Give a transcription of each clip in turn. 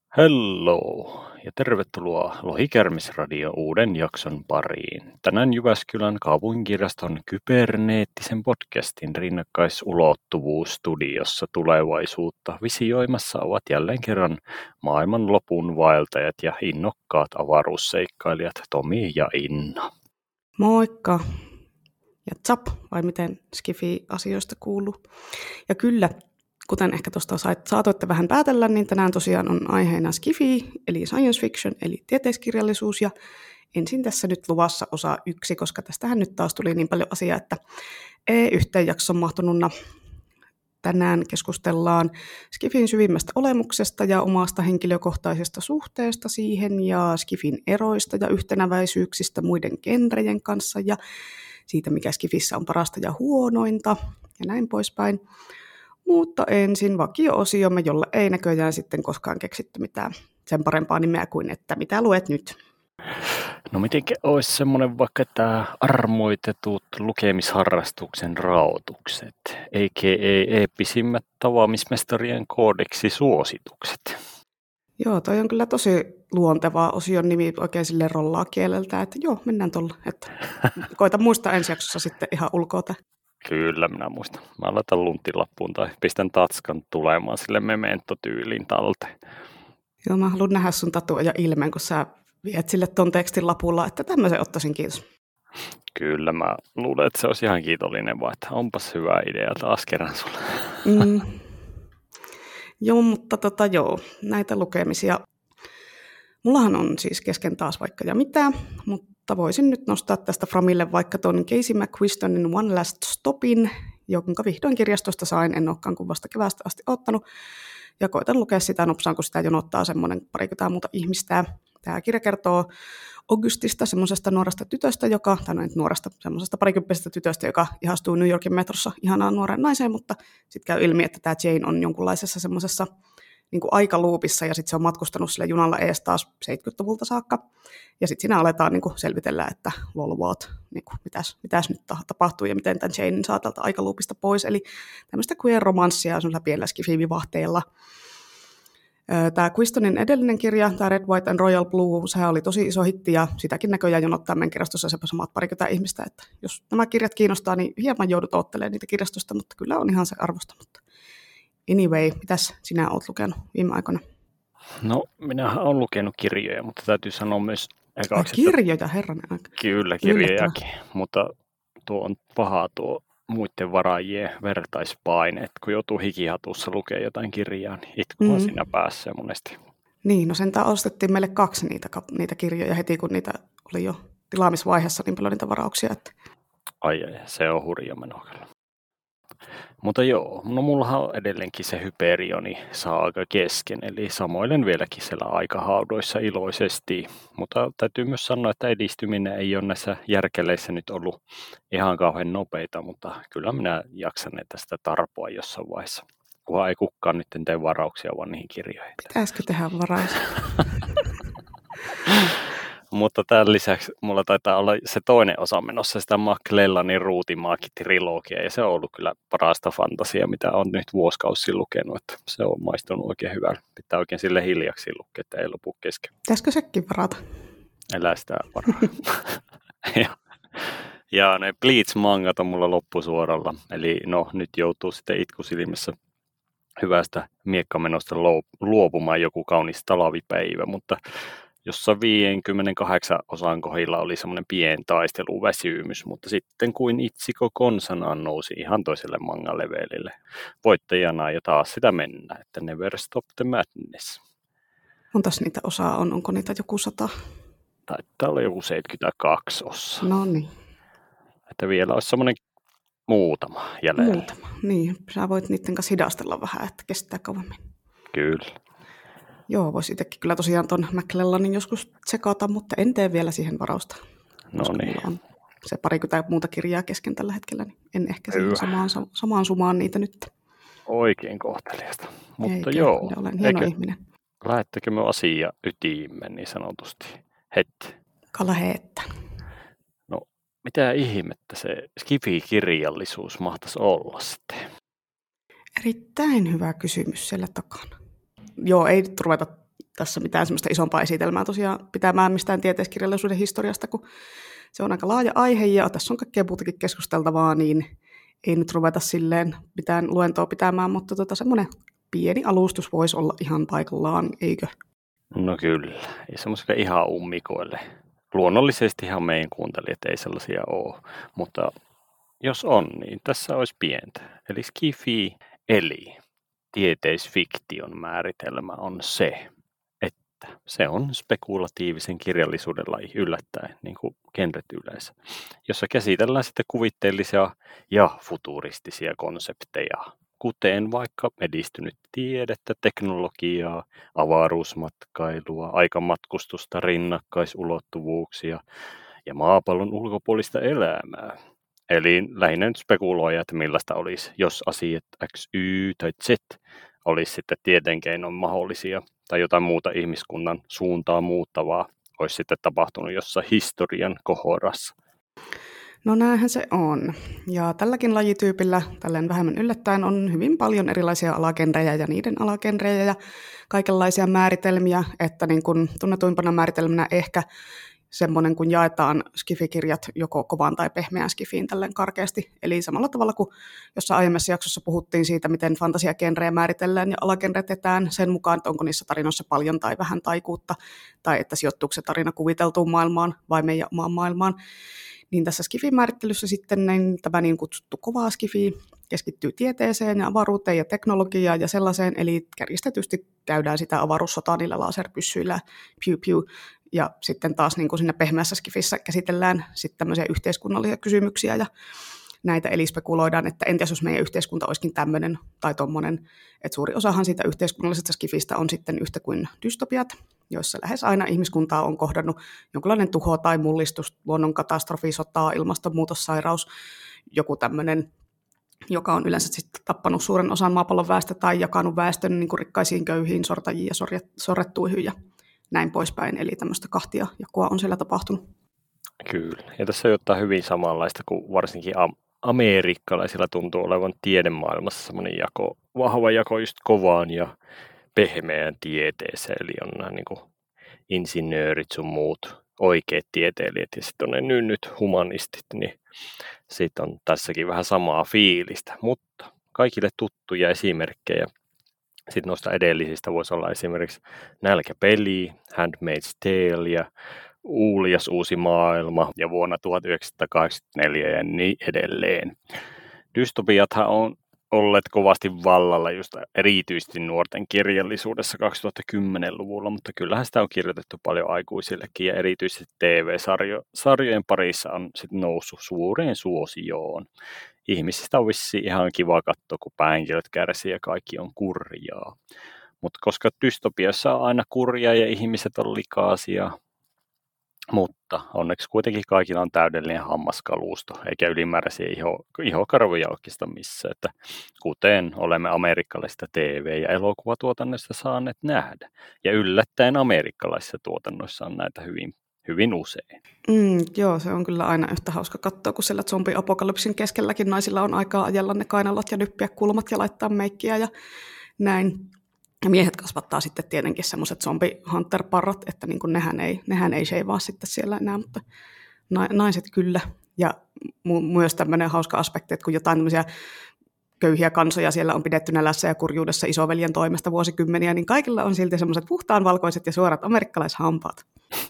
Hello ja tervetuloa Lohikärmisradio uuden jakson pariin. Tänään Jyväskylän kaupunkikirjaston kyberneettisen podcastin rinnakkaisulottuvuus-studiossa tulevaisuutta visioimassa ovat jälleen kerran maailmanlopun vaeltajat ja innokkaat avaruusseikkailijat Tomi ja Inna. Moikka! Ja tsap, vai miten Skifi-asioista kuuluu. Ja kyllä, kuten ehkä tuosta saatoitte vähän päätellä, niin tänään tosiaan on aiheena Skifi, eli science fiction, eli tieteiskirjallisuus. Ja ensin tässä nyt luvassa osa 1, koska tästähän nyt taas tuli niin paljon asiaa, että ei yhteen jakson mahtunutna. Tänään keskustellaan Skifin syvimmästä olemuksesta ja omasta henkilökohtaisesta suhteesta siihen ja Skifin eroista ja yhtenäväisyyksistä muiden genrejen kanssa ja siitä, mikä Skifissä on parasta ja huonointa ja näin poispäin. Mutta ensin vakio-osiomme, jolla ei näköjään sitten koskaan keksitty mitään sen parempaa nimeä kuin, että mitä luet nyt. No mitenkä olisi semmoinen vaikka tämä armoitetut lukemisharrastuksen raotukset, a.k.a. eeppisimmät tavaamismestarien koodeksisuositukset. Joo, toi on kyllä tosi luontevaa osion nimi oikein sille rollaa kieleltä, että joo, mennään tuolla. Koita muistaa ensi jaksossa sitten ihan ulkoa. Kyllä, minä muistan. Mä laitan lunttilappuun tai pistän tatskan tulemaan sille memento-tyyliin talteen. Joo, mä haluan nähdä sun tatuoja ilmeen, kun sä viet sille ton tekstin lapulla, että tämmöisen ottaisin, kiitos. Kyllä, mä luulen, että se olisi ihan kiitollinen, vaan että onpas hyvä idea taas kerran sulle. Joo, mutta näitä lukemisia. Mullahan on siis kesken taas vaikka ja mitä, mutta voisin nyt nostaa tästä Framille vaikka ton Casey McQuistonin One Last Stopin, jonka vihdoin kirjastosta sain, en olekaan kuin vasta keväästä asti ottanut. Ja koitan lukea sitä nopsaan, kun sitä jonottaa semmoinen parikymmentä muuta ihmistä. Tämä kirja kertoo Augustista, semmoisesta nuoresta tytöstä, semmoisesta parikymppisestä tytöstä, joka ihastuu New Yorkin metrossa ihanaan nuoreen naiseen, mutta sitten käy ilmi, että tämä Jane on jonkunlaisessa semmoisessa niin kuin aikaluupissa, ja sitten se on matkustanut sille junalla ees taas 70-luvulta saakka. Ja sitten siinä aletaan niin kuin selvitellä, että lol what, niin kuin, mitäs nyt tapahtuu, ja miten tämän Janen saa tältä aikaluupista pois. Eli tämmöistä queer-romanssia semmoisella pienellä skifi-vivahteella. Tämä Quistonin edellinen kirja, tämä Red, White and Royal Blue, sehän oli tosi iso hitti, ja sitäkin näköjään jonottaa meidän kirjastossa sepä samat parikymmentä ihmistä, että jos nämä kirjat kiinnostaa, niin hieman joudut ottelemaan niitä kirjastosta, mutta kyllä on ihan se arvosta. Mutta anyway, mitäs sinä olet lukenut viime aikoina? No, minähän olen lukenut kirjoja, mutta täytyy sanoa myös ekaksi, kirjoja, herranen aika. Kyllä, kirjojakin, mutta tuo on paha tuo muiden varaajien vertaispaine, että kun joutuu hikihatussa lukemaan jotain kirjaa, niin itkuhan siinä päässä monesti. Niin, no sentään ostettiin meille 2 niitä kirjoja heti, kun niitä oli jo tilaamisvaiheessa niin paljon niitä varauksia. Että... Ai, se on hurja meno kyllä. Mutta joo, no mullahan on edelleenkin se Hyperioni saaga kesken, eli samoilen vieläkin siellä aikahaudoissa iloisesti. Mutta täytyy myös sanoa, että edistyminen ei ole näissä järkeleissä nyt ollut ihan kauhean nopeita, mutta kyllä minä jaksan tästä tarpoa jossain vaiheessa. Kunhan ei kukaan nyt tee varauksia vaan niihin kirjoihin. Pitäisikö tehdä varaus? Mutta tämän lisäksi mulla taitaa olla se toinen osa menossa, sitä McClellanin Ruutimaaki-trilogia, ja se on ollut kyllä parasta fantasiaa, mitä olen nyt vuosikausia lukenut, että se on maistunut oikein hyvältä. Pitää oikein sille hiljaksi lukea, että ei lopu kesken. Pitäisikö sekin varata? Elää sitä varaa. ja ne Bleach-mangat on mulla loppusuoralla, eli no nyt joutuu sitten itkusilmässä hyvästä miekkamenosta luopumaan joku kaunis talvipäivä, mutta jossa 58 osan kohdilla oli semmoinen pieni taisteluväsymys, mutta sitten kuin Ichiko Konsanan nousi ihan toiselle manga-levelille. Voittajana ja taas sitä mennään, että never stop the madness. Montas niitä osaa on? Onko niitä joku 100? Taitaa olla joku 72 osaa. No niin. Että vielä olisi semmoinen muutama jäljellä. Muutama, niin. Sä voit niiden kanssa hidastella vähän, että kestää kauemmin. Kyllä. Joo, voisi itsekin kyllä tosiaan tuon McClellanin joskus tsekata, mutta en tee vielä siihen varausta. No niin. On se parikymmentä muuta kirjaa kesken tällä hetkellä, niin en ehkä siihen samaan sumaan niitä nyt. Oikein kohteliasta. Mutta eikä, joo. Olen hieno ihminen. Lähettekö me asia ytiimme niin sanotusti heti? Kalaheettä. No, mitä ihmettä se Skifi-kirjallisuus mahtaisi olla sitten? Erittäin hyvä kysymys siellä takana. Joo, ei nyt ruveta tässä mitään semmoista isompaa esitelmää tosiaan pitämään mistään tieteiskirjallisuuden historiasta, kun se on aika laaja aihe ja tässä on kaikkea muutakin keskusteltavaa, niin ei nyt ruveta silleen mitään luentoa pitämään, mutta semmoinen pieni alustus voisi olla ihan paikallaan, eikö? No kyllä, ei semmoiselle ihan ummikoille. Luonnollisestihan meidän kuuntelijat ei sellaisia ole, mutta jos on, niin tässä olisi pientä. Eli skifi, eli tieteisfiktion määritelmä on se, että se on spekulatiivisen kirjallisuuden laji yllättäen, niin kuin genret yleensä, jossa käsitellään sitten kuvitteellisia ja futuristisia konsepteja, kuten vaikka edistynyt tiedettä, teknologiaa, avaruusmatkailua, aikamatkustusta, rinnakkaisulottuvuuksia ja maapallon ulkopuolista elämää. Eli lähinnä nyt spekuloida, että millaista olisi, jos asiat X, Y tai Z olisi sitten tietenkeinon mahdollisia tai jotain muuta ihmiskunnan suuntaa muuttavaa olisi sitten tapahtunut jossain historian kohorassa. No näinhän se on. Ja tälläkin lajityypillä, tälleen vähemmän yllättäen, on hyvin paljon erilaisia alagenrejä ja niiden alagenrejä ja kaikenlaisia määritelmiä, että niin kuin tunnetuimpana määritelmänä ehkä semmoinen, kun jaetaan skifikirjat joko kovaan tai pehmeään skifiin tälleen karkeasti. Eli samalla tavalla kuin jossain aiemmassa jaksossa puhuttiin siitä, miten fantasiagenrejä määritellään ja alagenretetään sen mukaan, että onko niissä tarinoissa paljon tai vähän taikuutta, tai että sijoittuuko se tarina kuviteltuun maailmaan vai meidän omaan maailmaan. Niin tässä skifimäärittelyssä sitten tämä niin kutsuttu kova skifi keskittyy tieteeseen ja avaruuteen ja teknologiaan ja sellaiseen, eli kärjistetysti käydään sitä avaruussotaa niillä laserpyssyillä, piu piu, ja sitten taas niin kuin siinä pehmeässä skifissä käsitellään sitten tämmöisiä yhteiskunnallisia kysymyksiä ja näitä, eli spekuloidaan, että entäs jos meidän yhteiskunta olisikin tämmöinen tai tommonen, että suuri osahan siitä yhteiskunnallisesta skifistä on sitten yhtä kuin dystopiat, joissa lähes aina ihmiskuntaa on kohdannut jonkinlainen tuho tai mullistus, luonnonkatastrofi, sotaa, ilmastonmuutos, sairaus, joku tämmöinen, joka on yleensä sitten tappanut suuren osan maapallon väestä tai jakanut väestön niin kuin rikkaisiin köyhiin, sortajiin ja sorrettuihin ja näin poispäin. Eli tämmöistä kahtia jakoa on siellä tapahtunut. Kyllä. Ja tässä on jotain hyvin samanlaista kuin varsinkin amerikkalaisilla tuntuu olevan tiedemaailmassa semmoinen vahva jako just kovaan ja pehmeään tieteeseen. Eli on nämä niin kuin insinöörit sun muut oikeat tieteilijät ja sitten on ne nynnyt humanistit, niin siitä on tässäkin vähän samaa fiilistä. Mutta kaikille tuttuja esimerkkejä. Sitten noista edellisistä voisi olla esimerkiksi Nälkäpeli, Handmaid's Tale ja Uulias uusi maailma ja vuonna 1984 ja niin edelleen. Dystopiathan on olleet kovasti vallalla just erityisesti nuorten kirjallisuudessa 2010-luvulla, mutta kyllähän sitä on kirjoitettu paljon aikuisillekin ja erityisesti TV-sarjojen parissa on sitten noussut suureen suosioon. Ihmisistä on vissiin ihan kiva katsoa, kun päähenkilöt kärsii ja kaikki on kurjaa. Mutta koska dystopiassa on aina kurjaa ja ihmiset on likaisia, mutta onneksi kuitenkin kaikilla on täydellinen hammaskalusto, eikä ylimääräisiä ihokarvoja oikeastaan missään, että kuten olemme amerikkalaisista TV- ja elokuvatuotannoista saaneet nähdä. Ja yllättäen amerikkalaisissa tuotannoissa on näitä hyvin, hyvin usein. Joo, se on kyllä aina yhtä hauska katsoa, kun siellä zombi-apokalypsin keskelläkin naisilla on aikaa ajella ne kainalot ja nyppiä kulmat ja laittaa meikkiä ja näin. Ja miehet kasvattaa sitten tietenkin semmoiset zombie-hunter-parrat, että niin kuin nehän ei sheivaa sitten siellä enää, mutta naiset kyllä. Ja myös tämmöinen hauska aspekti, että kun jotain tämmöisiä köyhiä kansoja siellä on pidetty nälässä ja kurjuudessa isoveljen toimesta vuosikymmeniä, niin kaikilla on silti semmoiset puhtaan valkoiset ja suorat amerikkalaishampaat.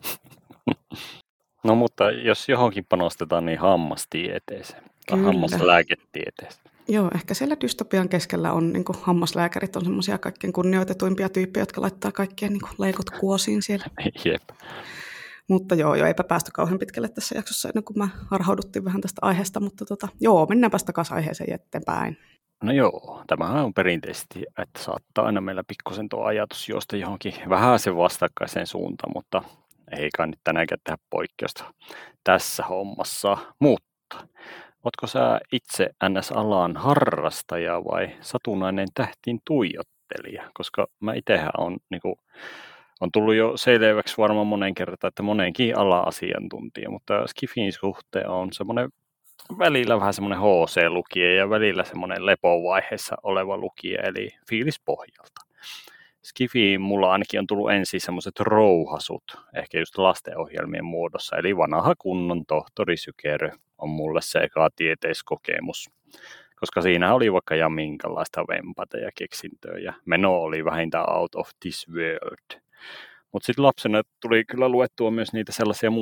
No mutta jos johonkin panostetaan, niin hammastieteeseen tai hammaslääketieteeseen. Joo, ehkä siellä dystopian keskellä on niin kuin hammaslääkärit on semmoisia kaikkein kunnioitetuimpia tyyppejä, jotka laittaa kaikkien niin kuin leikot kuosiin siellä. Jep. Mutta joo, eipä päästy kauhean pitkälle tässä jaksossa ennen kuin mä harhauduttiin vähän tästä aiheesta, mutta mennäänpäs takaisin aiheeseen eteenpäin. No joo, tämähän on perinteisesti, että saattaa aina meillä pikkusen tuo ajatus juosta johonkin vähän sen vastakkaiseen suuntaan, mutta ei kai nyt tänäänkään tehdä poikkeusta tässä hommassa. Mutta ootko sä itse NS-alan harrastaja vai satunnainen tähtiin tuijottelija? Koska mä itsehän on tullut jo selväksi varmaan monen kertaan, että monenkin ala-asiantuntija, mutta Skifin suhteen on semmoinen välillä vähän semmoinen HC-lukija ja välillä semmoinen lepovaiheessa oleva lukija, eli fiilispohjalta. Skifiin mulla ainakin on tullut ensin semmoiset rouhasut, ehkä just lastenohjelmien muodossa, eli vanha kunnon tohtori Sykerö on mulle se eka tieteiskokemus, koska siinä oli vaikka ja minkälaista vempata ja keksintöä, ja meno oli vähintään out of this world. Mutta sitten lapsena tuli kyllä luettua myös niitä sellaisia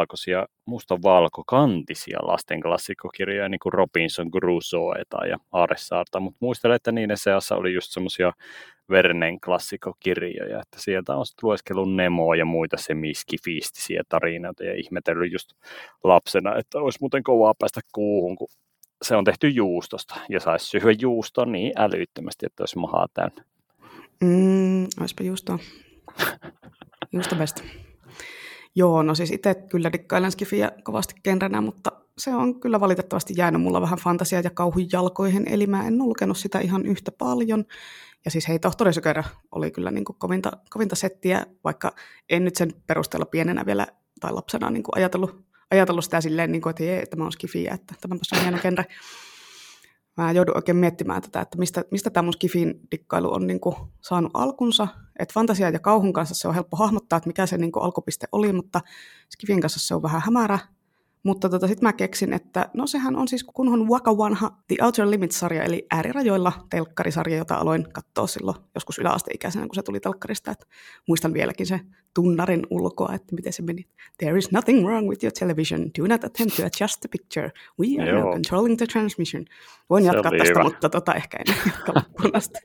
mustavalkokantisia lasten klassikkokirjoja, niin kuin Robinson Crusoeta ja Aarresaarta, mutta muistelen, että niiden seassa oli just semmoisia Vernen klassikkokirjoja, että sieltä on sitten lueskellut Nemoa ja muita semiskifistisiä tarinoita ja ihmetellyt just lapsena, että olisi muuten kovaa päästä kuuhun, kun se on tehty juustosta ja saisi syödä juustoa niin älyttömästi, että olisi mahaa täynnä. Olisipa juustoa. Juusto best. Joo, no siis itse kyllä dikkailen skifiä kovasti genrenä, mutta se on kyllä valitettavasti jäänyt mulla vähän fantasia- ja kauhun jalkoihin, eli mä en ole lukenut sitä ihan yhtä paljon. Ja siis hei, tohtori Sykerö oli kyllä niin kuin kovinta settiä, vaikka en nyt sen perusteella pienenä vielä tai lapsena niin kuin ajatellut sitä silleen, niin kuin, että jee, tämä on skifiä, että tämäpäs on hieno genre. Mä joudun oikein miettimään tätä, että mistä tämä mun skifin dikkailu on niin kuin saanut alkunsa. Että fantasia ja kauhun kanssa se on helppo hahmottaa, että mikä se niin kuin alkupiste oli, mutta skifin kanssa se on vähän hämärä. Mutta sitten mä keksin, että no sehän on siis kunnon Waka Wanha The Outer Limits-sarja, eli Äärirajoilla telkkarisarja, jota aloin katsoa silloin joskus yläasteikäisenä, kun se tuli telkkarista. Että muistan vieläkin se tunnarin ulkoa, että miten se meni. There is nothing wrong with your television. Do not attempt to adjust the picture. We are now controlling the transmission. Voin jatkaa tästä, hyvä. Mutta ehkä en jatka loppuun asti.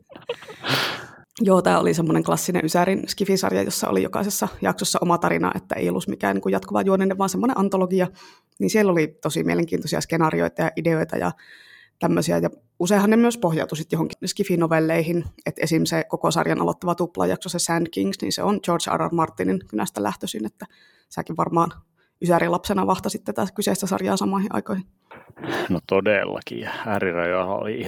Joo, tämä oli semmoinen klassinen Ysärin skifisarja, jossa oli jokaisessa jaksossa oma tarina, että ei ollut mikään niin kuin jatkuva juoninen, vaan semmoinen antologia. Niin siellä oli tosi mielenkiintoisia skenaarioita ja ideoita ja tämmöisiä. Ja useinhan ne myös pohjautui sitten johonkin skifinovelleihin. Että esim. Se koko sarjan aloittava tuplajakso, se Sand Kings, niin se on George R. R. Martinin kynästä lähtöisin. Että säkin varmaan Ysärin lapsena vahtasit tätä kyseistä sarjaa samoihin aikoihin. No todellakin. Äärirajoilla oli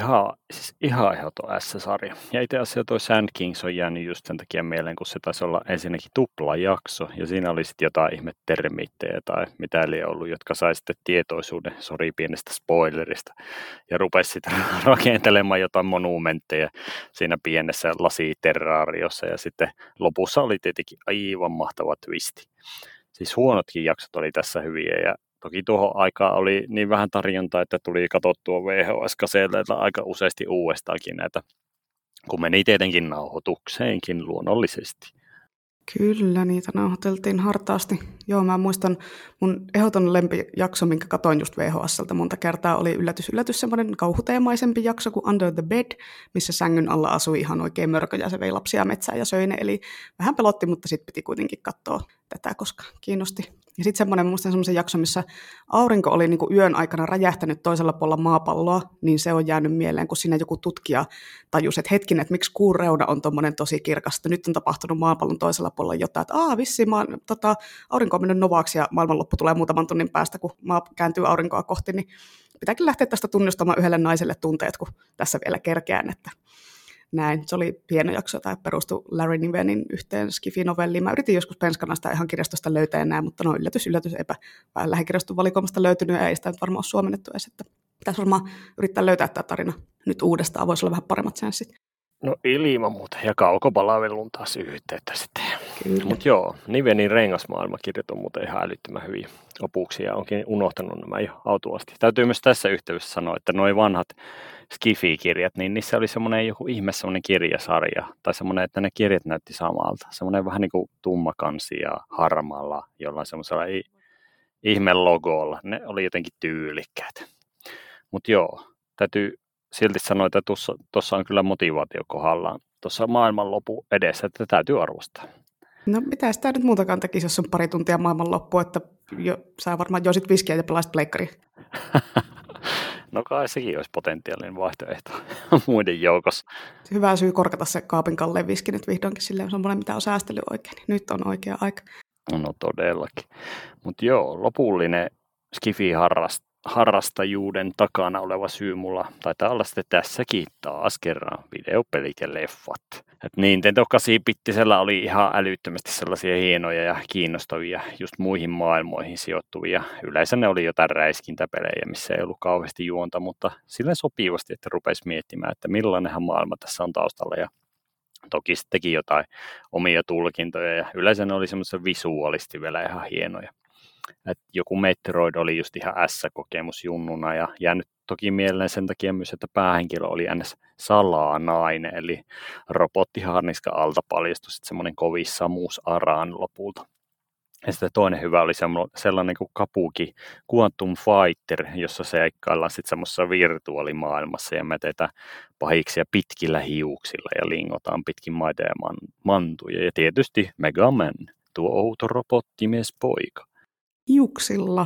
ihan ehdoton S-sarja. Ja itse asiassa toi Sand Kings on jäänyt just sen takia mieleen, kun se taisi olla ensinnäkin tuplajakso. Ja siinä oli sitten jotain ihme termiittejä tai mitä eli ollut, jotka sai sitten tietoisuuden, sori pienestä spoilerista. Ja rupesi sitten rakentelemaan jotain monumentteja siinä pienessä lasiterraariossa. Ja sitten lopussa oli tietenkin aivan mahtava twisti. Siis huonotkin jaksot oli tässä hyviä ja toki tuohon aikaan oli niin vähän tarjontaa, että tuli katsottua VHS-kaseelleita aika useasti uudestaankin näitä, kun meni tietenkin nauhoitukseenkin luonnollisesti. Kyllä, niitä nauhoiteltiin hartaasti. Joo, mä muistan mun ehdoton lempijakso, minkä katoin just VHSltä monta kertaa, oli yllätys semmoinen kauhuteemaisempi jakso kuin Under the Bed, missä sängyn alla asui ihan oikein mörkö ja se vei lapsia metsään ja söi ne. Eli vähän pelotti, mutta sitten piti kuitenkin katsoa tätä, koska kiinnosti. Ja sitten muistan semmoisen jakson, missä aurinko oli niinku yön aikana räjähtänyt toisella puolella maapalloa, niin se on jäänyt mieleen, kun siinä joku tutkija tajusi, että hetkinen, että miksi kuun reuna on tommoinen tosi kirkas, nyt on tapahtunut maapallon toisella puolella jotain, että vissiin aurinko on mennyt novaksi ja maailmanloppu tulee muutaman tunnin päästä, kun maa kääntyy aurinkoa kohti, niin pitääkin lähteä tästä tunnistamaan yhdelle naiselle tunteet, kun tässä vielä kerkeään, että näin. Se oli hieno jakso, tai perustui Larry Nivenin yhteen Skifi-novelliin. Mä yritin joskus penskana sitä ihan kirjastosta löytää enää, mutta no yllätys, eipä lähikirjaston valikoimasta löytynyt, ja ei sitä nyt varmaan ole suomennettu edes, että pitäisi varmaan yrittää löytää tämä tarina nyt uudestaan, voisi olla vähän paremmat chanssit. No ilman muuta, ja kaukopalvelun taas yhteyttä sitten. Mutta joo, Nivenin rengasmaailmakirjat on muuten ihan älyttömän hyviä opuksia, onkin unohtanut nämä jo autuasti. Täytyy myös tässä yhteydessä sanoa, että nuo vanhat Skifi-kirjat, niin niissä oli semmoinen joku ihme semmoinen kirjasarja, tai semmoinen, että ne kirjat näytti samalta. Semmoinen vähän niin kuin tummakansi ja harmaalla, jollain semmoisella ihme logolla. Ne oli jotenkin tyylikkäät. Mutta joo, täytyy silti sanoa, että tuossa on kyllä motivaatio kohdallaan tuossa maailmanlopun edessä, että täytyy arvostaa. No mitä sitä nyt muutakaan tekisi, jos on pari tuntia maailmanloppu, että sä varmaan joisit viskiä ja pelaisit pleikkaria. No kai sekin olisi potentiaalinen vaihtoehto muiden joukossa. Hyvä syy korkata se kaapin kalleen viski nyt vihdoinkin, sille on semmoinen, mitä on säästellyt oikein, niin nyt on oikea aika. No todellakin. Mutta joo, lopullinen Skifi-harrastajuuden takana oleva syy mulla taitaa olla sitten tässäkin taas kerran videopelit ja leffat. Et Nintendo 8-bittisellä oli ihan älyttömästi sellaisia hienoja ja kiinnostavia just muihin maailmoihin sijoittuvia. Yleensä ne oli jotain räiskintäpelejä, missä ei ollut kauheasti juonta, mutta sillä sopivasti, että rupesi miettimään, että millainenhan maailma tässä on taustalla. Ja Toki se teki jotain omia tulkintoja ja yleensä ne oli semmoisia visuaalisti vielä ihan hienoja. Et joku Metroid oli just ihan S-kokemus junnuna ja jäänyt toki mieleen sen takia myös, että päähenkilö oli ns. Salanainen, eli robottiharniska alta paljastui sitten semmoinen kovin Samus Aran lopulta. Ja sitten toinen hyvä oli sellainen kuin Kabuki Quantum Fighter, jossa seikkaillaan sitten semmoisessa virtuaalimaailmassa ja metetään pahiksia pitkillä hiuksilla ja lingotaan pitkin maita ja mantuja. Ja tietysti Mega Man, tuo outo robottimies poika. Hiuksilla.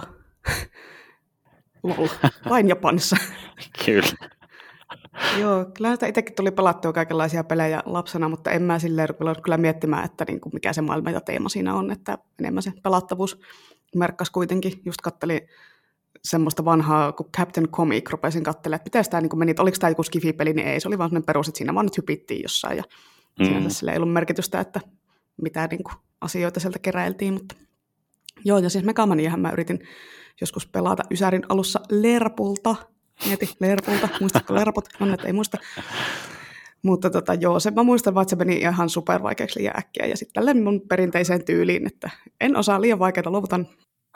Lol. Vain Japanissa. Kyllä. Joo, kyllä sitä itsekin tuli pelattua kaikenlaisia pelejä lapsena, mutta en mä silleen ruvennut kyllä miettimään, että niin kuin mikä se maailma ja teema siinä on, että enemmän se pelattavuus merkkasi kuitenkin. Just kattelin semmoista vanhaa kuin Captain Comic, rupesin katselemaan, että miten tämä niin meni, että oliko tämä joku skifi-peli, niin ei, se oli vaan sellainen perus, että siinä vaan nyt hypittiin jossain ja sinänsä sillä ei ollut merkitystä, että mitä niin kuin asioita sieltä keräiltiin, mutta joo, ja siis Mega Maniahan mä yritin joskus pelata Ysärin alussa Lerpulta. Mieti, Lerpulta. Muistatko Lerput? Onnet ei muista. Mutta joo, mä muistan vaan, että se meni ihan supervaikeaksi liian äkkiä. Ja sitten tälle mun perinteiseen tyyliin, että en osaa liian vaikeita, luovutan.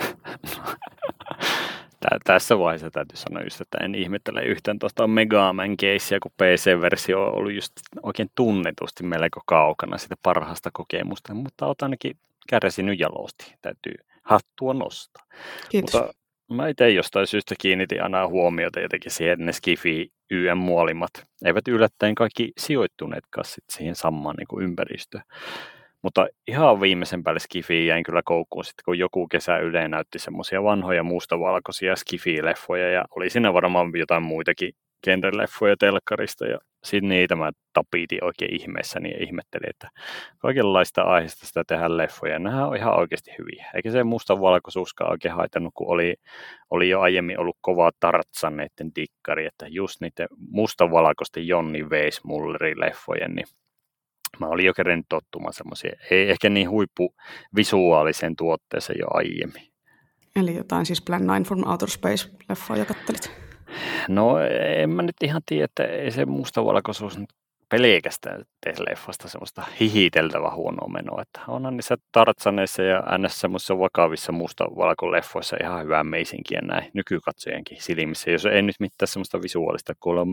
Tässä vaiheessa täytyy sanoa just, että en ihmettele yhtään tuosta Mega Man-keissiä, kun PC-versio on ollut just oikein tunnetusti melko kaukana sitä parhaasta kokemusta. Mutta olet ainakin kärsinyt jalosti. Täytyy hattua nostaa. Kiitos. Mutta mä itse jostain syystä kiinnitin aina huomiota jotenkin siihen, että ne Skifi YM-muolimat eivät yllättäen kaikki sijoittuneetkaan siihen samaan niin kuin ympäristöön. Mutta ihan viimeisen päälle Skifiin jäin kyllä koukkuun sitten, kun joku kesä Yle näytti semmoisia vanhoja mustavalkoisia Skifi-leffoja ja oli siinä varmaan jotain muitakin genreleffoja telkkarista ja sitten niitä mä tapitin oikein ihmeessäni ja ihmettelin, että kaikenlaista aiheesta sitä tehdään leffoja. Nämä on ihan oikeasti hyviä. Eikä se mustavalkoisuuskaan oikein haitannut, kun oli jo aiemmin ollut kova Tarzanneiden dikkari, että just niiden mustavalkoisten Jonni Weissmullerin-leffojen, niin mä olin jo kerennyt tottumaan semmoisia, ei ehkä niin huippuvisuaaliseen tuotteeseen jo aiemmin. Eli jotain siis Plan 9 from Outer Space-leffoa jo kattelit? No en mä nyt ihan tiedä, että ei se mustavalkoisuus nyt pelkästään tee leffasta semmoista hihiteltävää huonoa menoa, että onhan niissä Tarzaneissa ja ns. Semmoisissa vakavissa mustavalkoleffoissa ihan hyvää meisinkiä näin nykykatsojenkin silmissä, jos ei nyt mitään semmoista visuaalista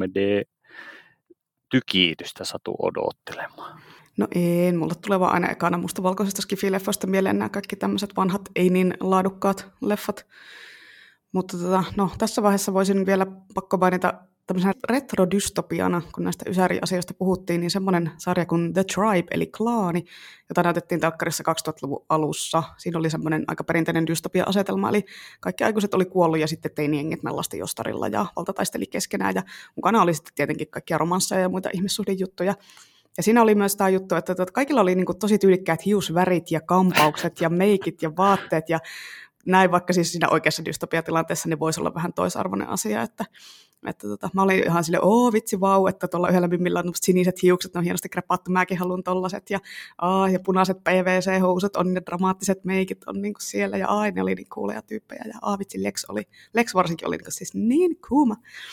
3D-tykitystä satu odottelemaan. No ei, mulle tulee vaan aina ekana mustavalkoisesta skifi-leffoista mieleen nämä kaikki tämmöiset vanhat, ei niin laadukkaat leffat. Mutta no, tässä vaiheessa voisin vielä pakko mainita tämmöisenä retrodystopiana, kun näistä Ysäri-asioista puhuttiin, niin semmoinen sarja kuin The Tribe, eli Klaani, jota näytettiin telkkarissa 2000-luvun alussa. Siinä oli semmoinen aika perinteinen dystopia-asetelma, eli kaikki aikuiset oli kuollut ja sitten teiniengit mellasti jostarilla ja valtataisteli keskenään. Ja mukana oli sitten tietenkin kaikkia romansseja ja muita ihmissuhdejuttuja. Ja siinä oli myös tämä juttu, että kaikilla oli niin kuin tosi tyylikkäät hiusvärit ja kampaukset ja meikit ja vaatteet ja näin, vaikka siis siinä oikeassa dystopiatilanteessa niin voisi olla vähän toisarvoinen asia, että mä olin ihan silleen, vitsi vau, että tuolla yhdellä mimmillä on siniset hiukset, ne on hienosti krepattu, mäkin haluan tollaset, ja punaiset PVC-housut on, ne dramaattiset meikit on niin kuin siellä, ja ne oli niin cooleja tyyppejä, ja vitsi Lex varsinkin oli siis niin kuuma.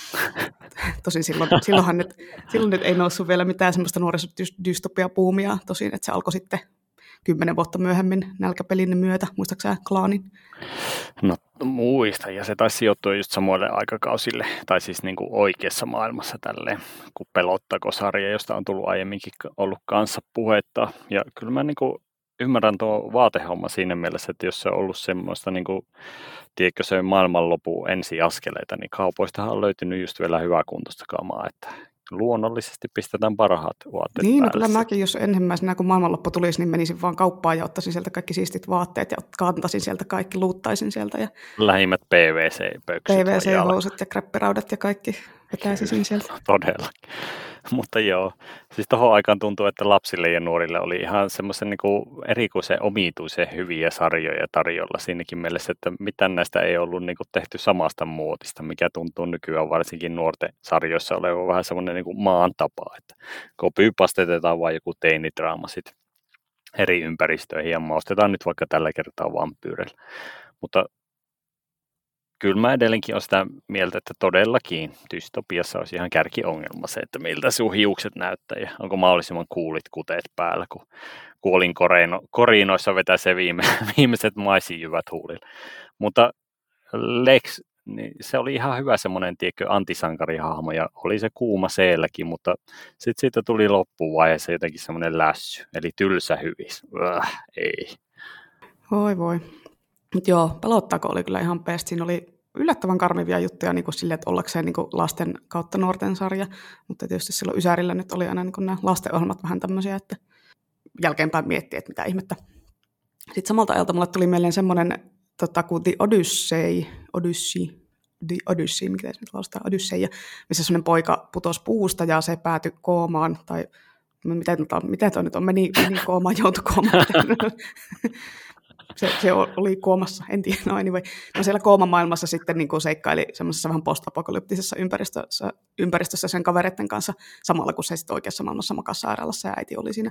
Tosin silloin nyt ei noussut vielä mitään semmoista nuorisodystopia-puumia, tosin, että se alkoi sitten 10 vuotta myöhemmin nälkäpelin myötä, muistaakseni Klaanin? No muistan, ja se taisi sijoittua just samoille aikakausille, tai siis niin kuin oikeassa maailmassa tälleen, kuin Pelottako-sarja, josta on tullut aiemminkin ollut kanssa puhetta. Ja kyllä mä niin kuin ymmärrän tuo vaatehomma siinä mielessä, että jos se on ollut semmoista, niin kuin, tiedätkö se maailmanlopun ensiaskeleita, niin kaupoistahan on löytynyt just vielä hyväkuntoista kamaa, että luonnollisesti pistetään parhaat vaatteet niin, päälle. No kyllä mäkin, jos ensimmäisenä kun maailmanloppu tulisi, niin menisin vaan kauppaan ja ottaisin sieltä kaikki siistit vaatteet ja kantaisin sieltä kaikki, luuttaisin sieltä. Ja lähimmät PVC-pöksyt. PVC-housut ja kräppiraudat ja kaikki vetäisin sieltä. Todellakin. Mutta joo, siis tohon aikaan tuntuu, että lapsille ja nuorille oli ihan semmoisen niin kuin erikoisen omituisen hyviä sarjoja tarjolla siinäkin mielessä, että mitään näistä ei ollut niin kuin tehty samasta muotista, mikä tuntuu nykyään varsinkin nuorten sarjoissa olevan vähän semmoinen niin kuin maan tapa, että kopypastetetaan vain joku teinidraama sitten eri ympäristöihin ja maustetaan nyt vaikka tällä kertaa vampyyreillä. Mutta kyllä mä edelleenkin olen sitä mieltä, että todellakin dystopiassa olisi ihan kärkiongelma se, että miltä sun hiukset näyttää ja onko mahdollisimman kuulit kuteet päällä, kun kuolin korinoissa vetää se viimeiset maisijyvät huulilla. Mutta Lex, niin se oli ihan hyvä semmoinen, tiedätkö, antisankarihahmo ja oli se kuuma seelläkin, mutta sitten siitä tuli loppuvaiheessa jotenkin semmoinen lässy, eli tylsä hyvis. Ei. Voi. Mutta joo, pelottaako oli kyllä ihan best. Siinä oli yllättävän karmivia juttuja niin kuin sille, että ollakseen niin kuin lasten kautta nuorten sarja, mutta tietysti silloin Ysärillä nyt oli aina niin kuin nämä lastenohjelmat vähän tämmöisiä, että jälkeenpäin miettii, että mitä ihmettä. Sitten samalta ajalta mulle tuli mieleen semmoinen kuin The Odyssey, mikä se nyt lausutaan, Odyssey, missä semmoinen poika putosi puusta ja se päätyi koomaan, tai mitä toi nyt on, meni koomaan, joutui koomaan. Se oli koomassa, en tiedä, no anyway. No siellä koomamaailmassa sitten niin kuin seikkaili semmoisessa vähän post-apokalyptisessa ympäristössä sen kavereiden kanssa, samalla kun se sitten oikeassa maailmassa makasi sairaalassa ja äiti oli siinä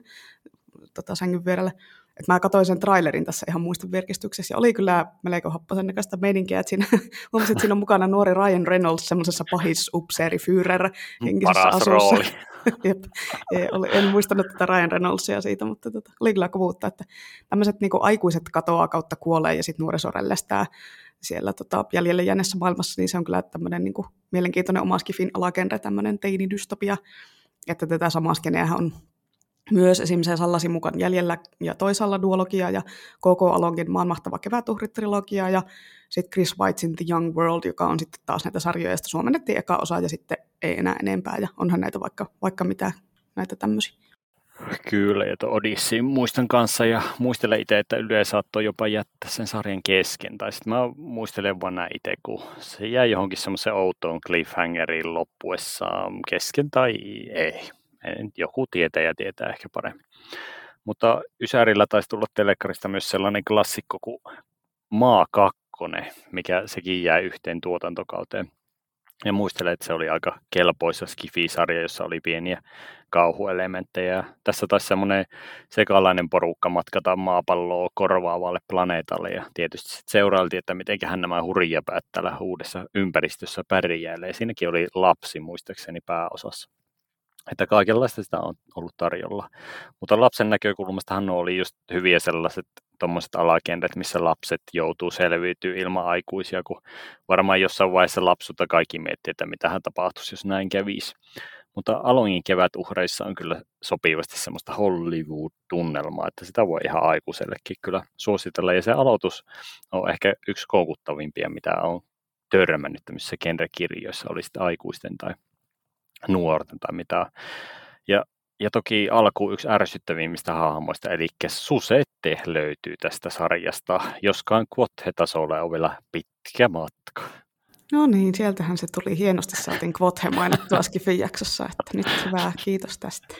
sängyn vierellä. Et mä katsoin sen trailerin tässä ihan muiston virkistyksessä ja oli kyllä melko happosen näköistä meininkiä, että siinä, huomasin, että siinä on mukana nuori Ryan Reynolds semmoisessa pahis-upseeri Führer henkisessä Paras asussa. rooli. Jep. En muistanut tätä Ryan Reynoldsia siitä, mutta oli kyllä kovuutta, että tämmöiset niinku aikuiset katoaa kautta kuolee ja sitten nuoriso rellestää siellä jäljelle jääneessä maailmassa, niin se on kyllä tämmöinen niinku mielenkiintoinen oma skifin alagenre, tämmöinen teinidystopia, että tätä samaa skeneähän on myös esimerkiksi Sallasin mukaan jäljellä ja toisaalla duologia ja K.K. Alongin Maan mahtava kevätuhrit-trilogia ja sitten Chris Weitsin The Young World, joka on sitten taas näitä sarjoja, joista suomennettiin eka osa ja sitten ei enää enempää ja onhan näitä vaikka mitä näitä tämmöisiä. Kyllä, ja Odysseyn muistan kanssa ja muistelen itse, että yleensä saattoi jopa jättää sen sarjan kesken. Tai sitten mä muistelen vaan näin itse, kun se jäi johonkin semmoisen outoon cliffhangeriin loppuessaan kesken tai ei. Joku tietää ehkä paremmin. Mutta Ysärillä taisi tulla telekkarista myös sellainen klassikko kuin Maa 2, mikä sekin jäi yhteen tuotantokauteen. Ja muistelen, että se oli aika kelpoisa skifi-sarja, jossa oli pieniä kauhuelementtejä. Tässä taisi semmoinen sekalainen porukka matkata maapalloa korvaavalle planeetalle. Ja tietysti seurailtiin, että mitenköhän nämä hurjapäät täällä uudessa ympäristössä pärjäilee. Siinäkin oli lapsi muistaakseni pääosassa. Että kaikenlaista sitä on ollut tarjolla. Mutta lapsen näkökulmastahan oli just hyviä sellaiset tommoset alagenret, missä lapset joutuu selviytyä ilman aikuisia, kun varmaan jossain vaiheessa lapsuutta kaikki miettii, että mitähän tapahtuisi, jos näin kävisi. Mutta Alongin kevätuhreissa on kyllä sopivasti semmoista Hollywood-tunnelmaa, että sitä voi ihan aikuisellekin kyllä suositella. Ja se aloitus on ehkä yksi koukuttavimpia, mitä on törmännyt tämmöisissä genrekirjoissa, oli sitten aikuisten tai nuorten tai mitä. Ja toki alkuun yksi ärsyttävimmistä hahmoista, eli Susette löytyy tästä sarjasta, joskaan Quothe-tasolla on vielä pitkä matka. No niin, sieltähän se tuli hienosti, saatiin Quothe mainittua Skifin jaksossa, että nyt hyvä, kiitos tästä.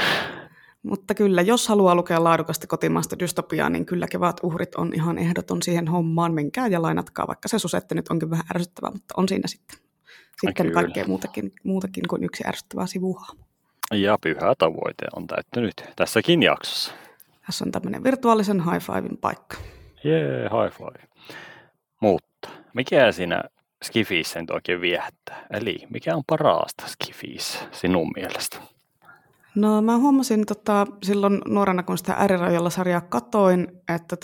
Mutta kyllä, jos haluaa lukea laadukasta kotimaista dystopiaa, niin kyllä Kevätuhrit on ihan ehdoton siihen hommaan. Menkää ja lainatkaa, vaikka se Susette nyt onkin vähän ärsyttävää, mutta on siinä sitten kaikkea muutakin kuin yksi ärsyttävää sivuhahmo. Ja pyhä tavoite on täyttynyt tässäkin jaksossa. Tässä on tämmöinen virtuaalisen high-fiven paikka. Jee, high five. Mutta mikä siinä Skifissä nyt oikein viehättää? Eli mikä on parasta Skifissä sinun mielestä? No mä huomasin silloin nuorena, kun sitä äärirajalla-sarjaa katoin, että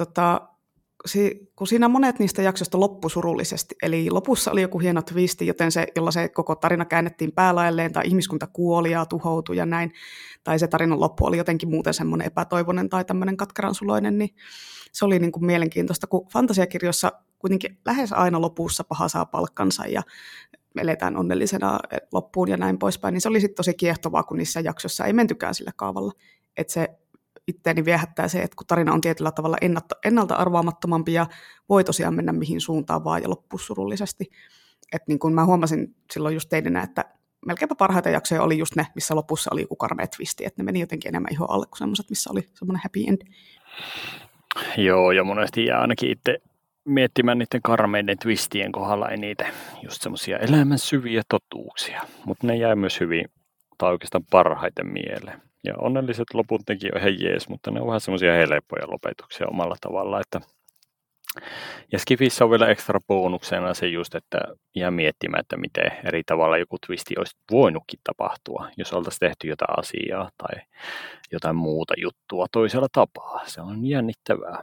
kun siinä monet niistä jaksoista loppu surullisesti, eli lopussa oli joku hieno twisti, jolla se koko tarina käännettiin päälaelleen, tai ihmiskunta kuoli ja tuhoutui ja näin, tai se tarinan loppu oli jotenkin muuten semmoinen epätoivoinen tai tämmöinen katkeransuloinen, niin se oli niin kuin mielenkiintoista, kun fantasiakirjoissa kuitenkin lähes aina lopussa paha saa palkkansa ja eletään onnellisena loppuun ja näin poispäin, niin se oli sitten tosi kiehtovaa, kun niissä jaksoissa ei mentykään sillä kaavalla, että se itteeni viehättää se, että kun tarina on tietyllä tavalla ennalta arvaamattomampi ja voi tosiaan mennä mihin suuntaan vaan ja loppua surullisesti. Että niin kuin mä huomasin silloin just teininä, että melkeinpä parhaita jaksoja oli just ne, missä lopussa oli joku karmea twisti, että ne meni jotenkin enemmän ihon alle kuin semmoiset, missä oli semmoinen happy end. Joo, ja monesti jää ainakin itse miettimään niiden karmeiden twistien kohdalla ei niitä just semmoisia elämän syviä totuuksia, mutta ne jää myös hyvin tai oikeastaan parhaiten mieleen. Ja onnelliset loput nekin on ihan jees, mutta ne on vähän semmoisia helppoja lopetuksia omalla tavalla, että Ja Skifissä on vielä ekstra bonuksena se just, että jää miettimään, että miten eri tavalla joku twisti olisi voinutkin tapahtua, jos oltaisiin tehty jotain asiaa tai jotain muuta juttua toisella tapaa. Se on jännittävää.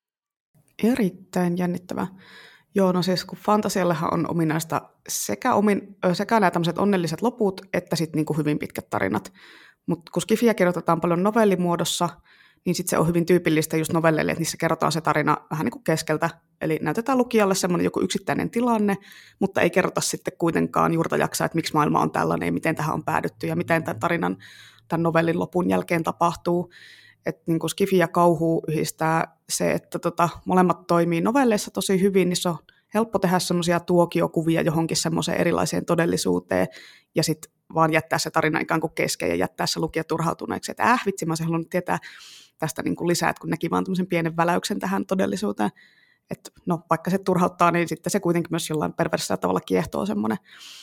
Erittäin jännittävää. Joo, no siis kun fantasiallehan on ominaista sekä nämä tämmöiset onnelliset loput, että sitten niinku hyvin pitkät tarinat. Mutta kun Skifiä kirjoitetaan paljon novellimuodossa, niin sitten se on hyvin tyypillistä just novelleille, että niissä kerrotaan se tarina vähän niin kuin keskeltä. Eli näytetään lukijalle semmoinen joku yksittäinen tilanne, mutta ei kerrota sitten kuitenkaan juurta jaksaa, että miksi maailma on tällainen ja miten tähän on päädytty ja miten tämän novellin lopun jälkeen tapahtuu. Että niin kuin Skifi ja kauhu yhdistää se, että molemmat toimii novelleissa tosi hyvin, niin se on helppo tehdä semmoisia tuokiokuvia johonkin semmoiseen erilaiseen todellisuuteen ja sitten vaan jättää se tarina ikään kuin kesken ja jättää se lukija turhautuneeksi, että vitsi, mä olisin halunnut tietää tästä niin kuin lisää, että kun näki vaan tämmöisen pienen väläyksen tähän todellisuuteen. Että no, vaikka se turhauttaa, niin sitten se kuitenkin myös jollain perversillä tavalla kiehtoo semmoinen,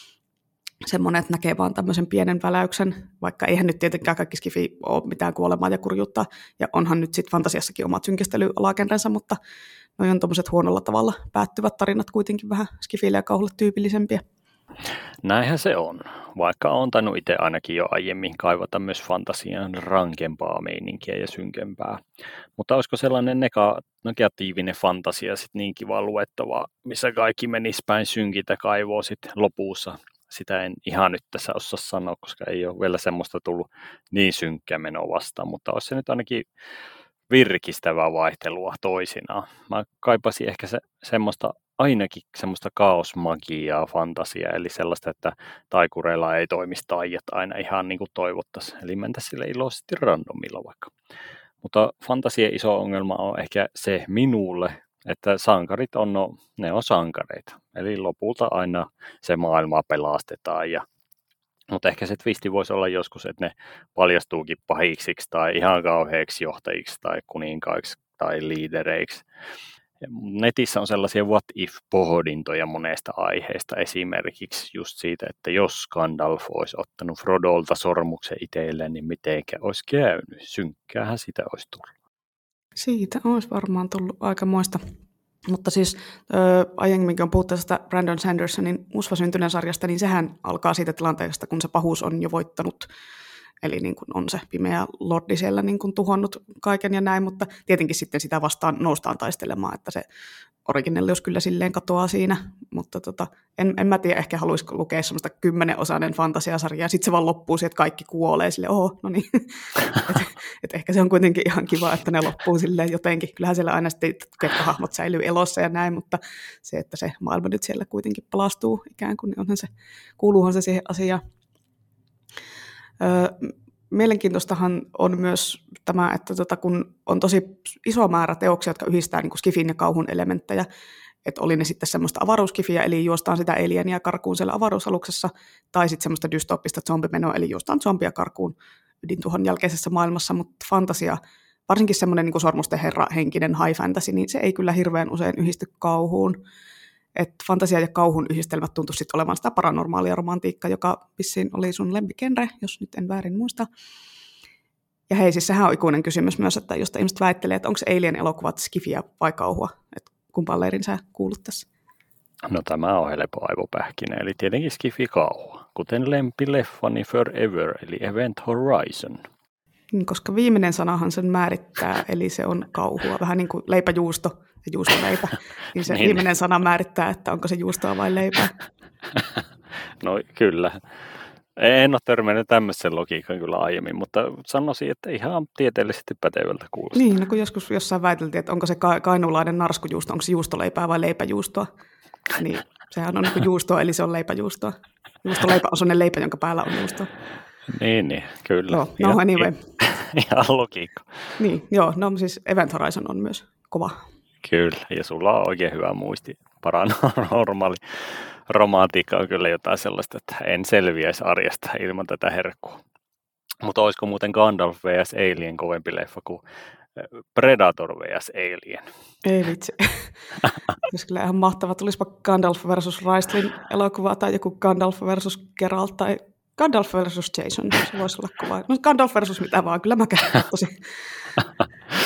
että näkee vaan tämmöisen pienen väläyksen, vaikka eihän nyt tietenkään kaikki Skifi ole mitään kuolemaa ja kurjuutta, ja onhan nyt sitten fantasiassakin omat synkistelyalagenrensa, mutta noi on tommoset huonolla tavalla päättyvät tarinat kuitenkin vähän Skifille ja kauhulle tyypillisempiä. Näinhän se on, vaikka olen tainnut itse ainakin jo aiemmin kaivata myös fantasian rankempaa meininkiä ja synkempää. Mutta olisiko sellainen negatiivinen fantasia sitten niin kiva luettava, missä kaikki menisi päin synkitä kaivoa sitten lopussa? Sitä en ihan nyt tässä osaa sanoa, koska ei ole vielä semmoista tullut niin synkkää menoa vastaan, mutta olisi se nyt ainakin virkistävää vaihtelua toisinaan. Mä kaipasin ehkä ainakin semmoista kaosmagiaa, fantasiaa, eli sellaista, että taikureilla ei toimisi taijat aina ihan niin kuin toivottaisiin. Eli mentäisiin sille iloisesti randomilla vaikka. Mutta fantasian iso ongelma on ehkä se minulle, että sankarit ne on sankareita. Eli lopulta aina se maailma pelastetaan. Mutta ehkä se twisti voisi olla joskus, että ne paljastuukin pahiksiksi tai ihan kauheiksi johtajiksi tai kuninkaiksi tai liidereiksi. Netissä on sellaisia what if-pohdintoja monesta aiheesta, esimerkiksi just siitä, että jos Gandalf olisi ottanut Frodolta sormuksen itselleen, niin mitenkä olisi käynyt? Synkkäähän sitä olisi tullut. Siitä olisi varmaan tullut aikamoista. Mutta siis aiemminkin on puhuttu tästä Brandon Sandersonin Musvasyntyneen sarjasta, niin sehän alkaa siitä tilanteesta, kun se pahuus on jo voittanut. Eli niin kuin on se pimeä lordi siellä niin kuin tuhonnut kaiken ja näin, mutta tietenkin sitten sitä vastaan noustaan taistelemaan, että se originellius kyllä silleen katoaa siinä, mutta en mä tiedä, ehkä haluaisi lukea semmoista 10-osainen fantasiasarjaa, ja sitten se vaan loppuu siihen, että kaikki kuolee silleen, no niin, et ehkä se on kuitenkin ihan kiva, että ne loppuu silleen jotenkin, kyllähän siellä aina sitten ketkä säilyy elossa ja näin, mutta se, että se maailma nyt siellä kuitenkin palastuu ikään kuin, niin kuuluuhan se siihen asiaan. Mielenkiintoistahan on myös tämä, että kun on tosi iso määrä teoksia, jotka yhdistää niin kuin skifin ja kauhun elementtejä, että oli ne sitten semmoista avaruuskifiä, eli juostaan sitä alienia karkuun siellä avaruusaluksessa, tai sitten semmoista dystooppista zombimenoa, eli juostaan zombia karkuun ydintuhon jälkeisessä maailmassa, mutta fantasia, varsinkin semmoinen niin kuin Sormusten herra henkinen high fantasy, niin se ei kyllä hirveän usein yhdisty kauhuun. Että fantasia ja kauhun yhdistelmät tuntuisi sitten olevan sitä paranormaalia romantiikkaa, joka vissiin oli sun lempigenre, jos nyt en väärin muista. Ja hei, siis sehän on ikuinen kysymys myös, että jos ihmiset väittelee, että onko Alien-elokuvat skifiä vai kauhua, että kumpaan leirin sä kuulut tässä? No tämä on helppo aivopähkinä, eli tietenkin skifi kauhua, kuten lempileffani Forever, eli Event Horizon. Koska viimeinen sanahan sen määrittää, eli se on kauhua, vähän niin kuin leipäjuusto ja juustoleipä, niin se viimeinen sana määrittää, että onko se juustoa vai leipää. No kyllä. En ole törmännyt tämmöisen logiikan kyllä aiemmin, mutta sanoisin, että ihan tieteellisesti pätevältä kuulostaa. Niin, no kun joskus jossain väiteltiin, että onko se kainuulainen narskujuusto, onko se juustoleipää vai leipäjuustoa, niin sehän on niin kuin juustoa, eli se on leipäjuustoa. Juustoleipä on sellainen leipä, jonka päällä on juustoa. Niin, kyllä. No anyway. Ihan logiikka. Niin, joo, no siis Event Horizon on myös kova. Kyllä, ja sulla on oikein hyvä muisti. Paranormaali romantiikka on kyllä jotain sellaista, että en selviäisi arjesta ilman tätä herkkua. Mutta olisiko muuten Gandalf vs. Alien kovempi leffa kuin Predator vs. Alien? Ei vitsi. Olisi kyllä ihan mahtavaa. Tulisipa Gandalf versus Raistlin elokuva tai joku Gandalf versus Geralt tai Gandalf versus Jason. Se voisi olla kova. No Gandalf versus mitä vaan. Kyllä mä katsoisin.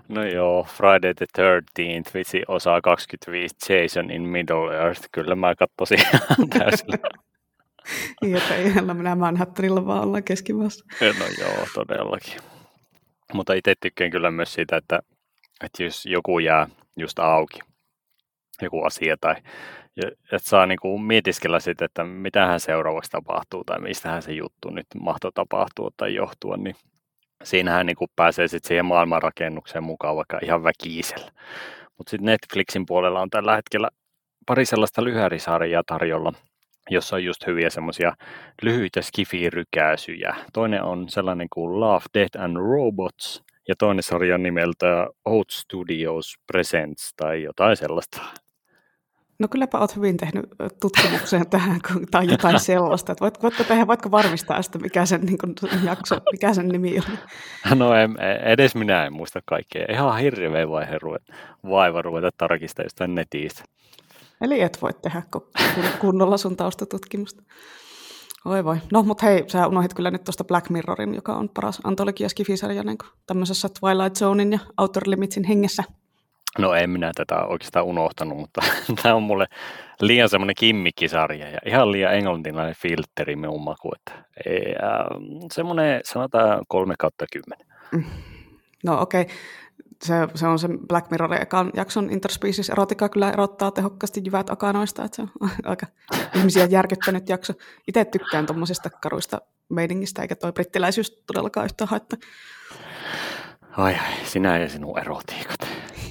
No joo, Friday the 13th, vitsi, osa 25, Jason in Middle Earth. Kyllä mä katsoisin ihan täysillä. Niin, että ei minä Manhattanilla vaan ollaan keskimaassa. No joo, todellakin. Mutta itse tykkään kyllä myös siitä, että jos joku jää just auki, joku asia, tai että saa niinku mietiskellä sitten, että mitähän seuraavaksi tapahtuu, tai mistähän se juttu nyt mahtoi tapahtua tai johtua, niin siinähän niinku pääsee sitten siihen maailmanrakennukseen mukaan vaikka ihan väkisellä. Mutta sitten Netflixin puolella on tällä hetkellä pari sellaista lyhärisarjaa tarjolla, jossa on just hyviä semmoisia lyhyitä skifi-rykäisyjä. Toinen on sellainen kuin Love, Death and Robots, ja toinen sarja nimeltä Oat Studios Presents tai jotain sellaista. No kylläpä olet hyvin tehnyt tutkimukseen tähän tai jotain sellaista. Että voitko varmistaa sitä, mikä sen niin kuin, jakso, mikä sen nimi on? No edes minä en muista kaikkea. Ihan hirveä vaiva ruveta tarkistamaan jostain netistä. Eli et voi tehdä kunnolla sun taustatutkimusta. Oi voi. No, mutta hei, sä unohdit kyllä nyt tuosta Black Mirrorin, joka on paras antologia-skifisarja niin tämmöisessä Twilight Zonein ja Outer Limitsin hengessä. No en minä tätä oikeastaan unohtanut, mutta tämä on mulle liian semmoinen kimmikkisarja ja ihan liian englantilainen filtteri minun maku. Semmoinen sanotaan 3/10. No okei. Se on se Black Mirrorin ekan jakson interspecies erotika kyllä erottaa tehokkaasti jyvät akanoista, että se on aika ihmisiä järkyttänyt jakso. Itse tykkään tuommoisista karuista meiningistä, eikä toi brittiläisyys todellakaan yhtään haittaa. Ai, sinä ja sinun erotiikat.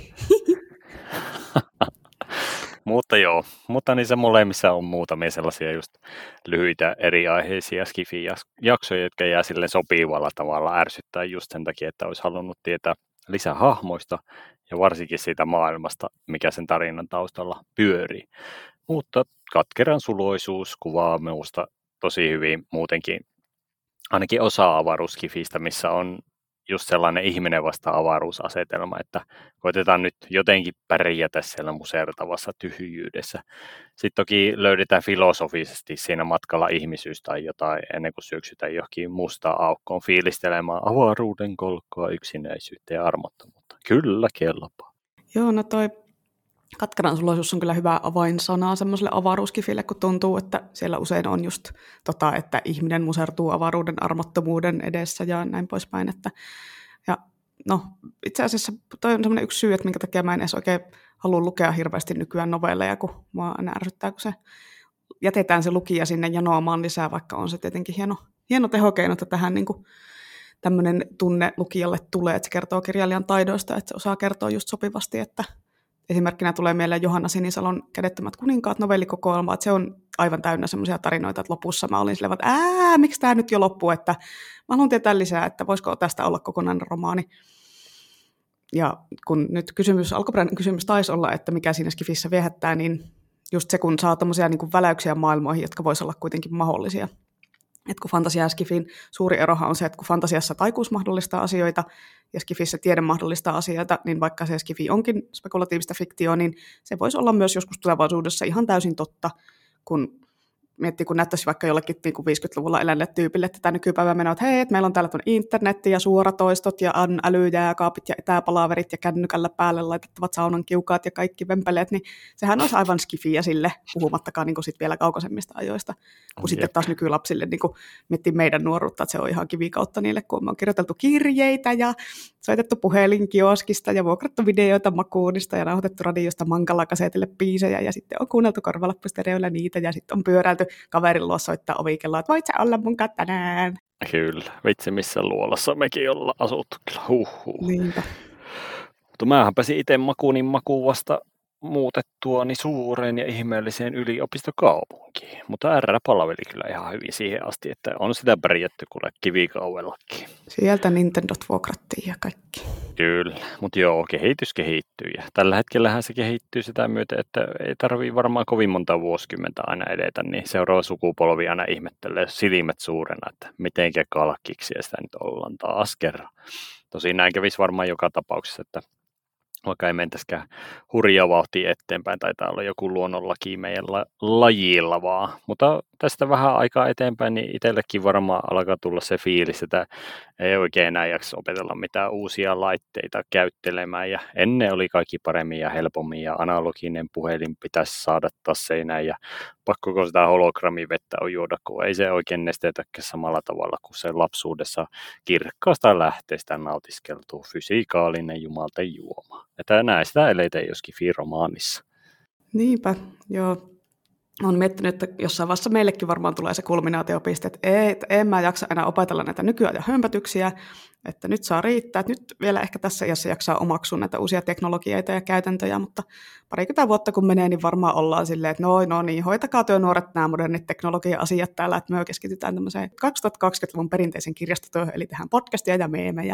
Mutta joo, mutta niissä molemmissa on muutamia sellaisia just lyhyitä eri-aiheisia skifi-jaksoja, jotka jää sille sopivalla tavalla ärsyttää just sen takia, että olisi halunnut tietää lisää hahmoista ja varsinkin siitä maailmasta, mikä sen tarinan taustalla pyörii. Mutta katkeran suloisuus kuvaa minusta tosi hyvin muutenkin ainakin osa avaruuskifistä, missä on just sellainen ihminen vasta avaruusasetelma, että koitetaan nyt jotenkin pärjätä siellä musertavassa tyhjyydessä. Sitten toki löydetään filosofisesti siinä matkalla ihmisyys tai jotain ennen kuin syöksytään johonkin mustaan aukkoon fiilistelemään avaruuden kolkkoa, yksinäisyyttä ja armottomuutta. Kyllä kelpaa. Joo, no toi katkeran suloisuus on kyllä hyvä avainsana semmoiselle avaruuskifille, kun tuntuu, että siellä usein on just että ihminen musertuu avaruuden armottomuuden edessä ja näin poispäin. Ja no, itse asiassa toi on semmoinen yksi syy, että minkä takia mä en edes oikein halua lukea hirveästi nykyään novelleja, kun mua aina ärsyttää, kun se jätetään se lukija sinne janoamaan lisää, vaikka on se tietenkin hieno tehokeino, että tähän niin kuin tämmöinen tunne lukijalle tulee, että se kertoo kirjailijan taidoista, että se osaa kertoa just sopivasti, että esimerkkinä tulee mieleen Johanna Sinisalon Kädettömät kuninkaat novellikokoelma, että se on aivan täynnä semmoisia tarinoita, että lopussa mä olin silleen, että miksi tämä nyt jo loppuu, että mä haluan tietää lisää, että voisiko tästä olla kokonainen romaani. Ja kun nyt alkuperäinen kysymys taisi olla, että mikä siinä skifissä viehättää, niin just se, kun saa tommosia niin kuin väläyksiä maailmoihin, jotka voisi olla kuitenkin mahdollisia. Että kun fantasia ja skifin suuri erohan on se, että kun fantasiassa taikuus mahdollistaa asioita ja skifissä tiede mahdollistaa asioita, niin vaikka se skifi onkin spekulatiivista fiktioa, niin se voisi olla myös joskus tulevaisuudessa ihan täysin totta, kun miettii, kun näyttäisi vaikka jollekin niin kuin 50-luvulla eläneelle tyypille tätä nykypäivää menoa, että hei, että meillä on täällä internetti ja suoratoistot ja älyjääkaapit ja etäpalaverit ja kännykällä päälle laitettavat saunan kiukaat ja kaikki vempeleet, niin sehän olisi aivan skifiä sille, puhumattakaan niin kuin sit vielä kaukaisemmista ajoista, kun sitten taas nykylapsille niin kuin miettii meidän nuoruutta, että se on ihan kivikautta niille, kun me on kirjoiteltu kirjeitä ja soitettu puhelinkioskista ja vuokrattu videoita Makuunista ja nauhoitettu radiosta mankalla kasetille biisejä ja sitten on kuunneltu korvalappustereoilla niitä ja sitten on pyöräilty kaverin luo soittaa ovikelloa, että voit sä olla mun kanssa tänään. Kyllä, vitsi missä luolassa mekin ollaan asuttu, kyllä Niinpä. Mutta mähän pääsin itse Makuunin makuun vasta muutettuani suureen ja ihmeelliseen yliopistokaupunkiin. Mutta R palveli kyllä ihan hyvin siihen asti, että on sitä pärjätty kuule kivikauellakin. Sieltä Nintendot vuokrattiin ja kaikki. Kyllä, mutta joo, kehitys kehittyy. Ja tällä hetkellähän se kehittyy sitä myöten, että ei tarvitse varmaan kovin monta vuosikymmentä aina edetä, niin seuraava sukupolvi aina ihmettelee silmät suurena, että mitenkä kalkkiksi sitä nyt ollaan taas kerran. Tosin näin kävisi varmaan joka tapauksessa, että vaikka ei mentäisikään hurjaa vauhtia eteenpäin, taitaa olla joku luonnonlaki meidän lajilla vaan. Mutta tästä vähän aikaa eteenpäin, niin itsellekin varmaan alkaa tulla se fiilis, että ei oikein enää jaksa opetella mitään uusia laitteita käyttelemään. Ja ennen oli kaikki paremmin ja helpommin ja analoginen puhelin pitäisi saada taas seinään ja pakko sitä hologrammivettä on juoda, kun ei se oikein nestetäkään samalla tavalla kuin se lapsuudessa kirkkaasta lähteestä nautiskeltu fysikaalinen jumalten juoma. Että näistä eleitä ei olisikin firomaanissa. Niinpä, joo. Olen miettinyt, että jossain vaiheessa meillekin varmaan tulee se kulminaatiopiste, että en mä jaksa enää opetella näitä nykyajan hömpötyksiä, että nyt saa riittää, että nyt vielä ehkä tässä iässä jaksaa omaksua näitä uusia teknologioita ja käytäntöjä, mutta parikymmentä vuotta kun menee, niin varmaan ollaan silleen, että no niin, hoitakaa työ nuoret nämä modernit teknologia-asiat täällä, että me keskitytään tämmöiseen 2020-luvun perinteisen kirjastotyöhön, eli tehdään podcastia ja meemejä.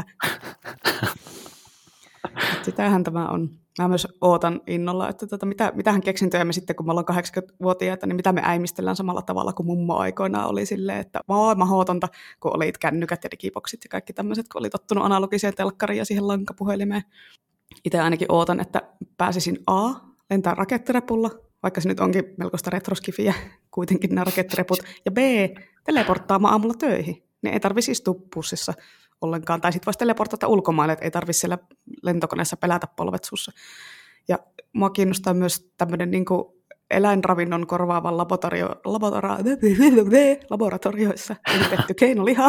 Sitähän tämä on. Mä myös ootan innolla, että mitähän keksintöjä me sitten, kun me ollaan 80-vuotiaita, niin mitä me äimistellään samalla tavalla kuin mummo aikoinaan oli silleen, että mahdotonta, kun oli kännykät ja digiboksit ja kaikki tämmöiset, kun oli tottunut analogiseen telkkariin ja siihen lankapuhelimeen. Itse ainakin ootan, että pääsisin A, lentää rakettirepulla, vaikka se nyt onkin melkoista retroskifiä, kuitenkin nämä rakettireput, ja B, teleporttaamaan aamulla töihin. Ne ei tarvitsisi istua bussissa ollenkaan, tai sitten voisi teleportata ulkomaille, että ei tarvitse siellä lentokoneessa pelätä polvet suussa. Ja mua kiinnostaa myös tämmöinen niin kuin eläinravinnon korvaavan laboratorioissa kehitetty keinoliha.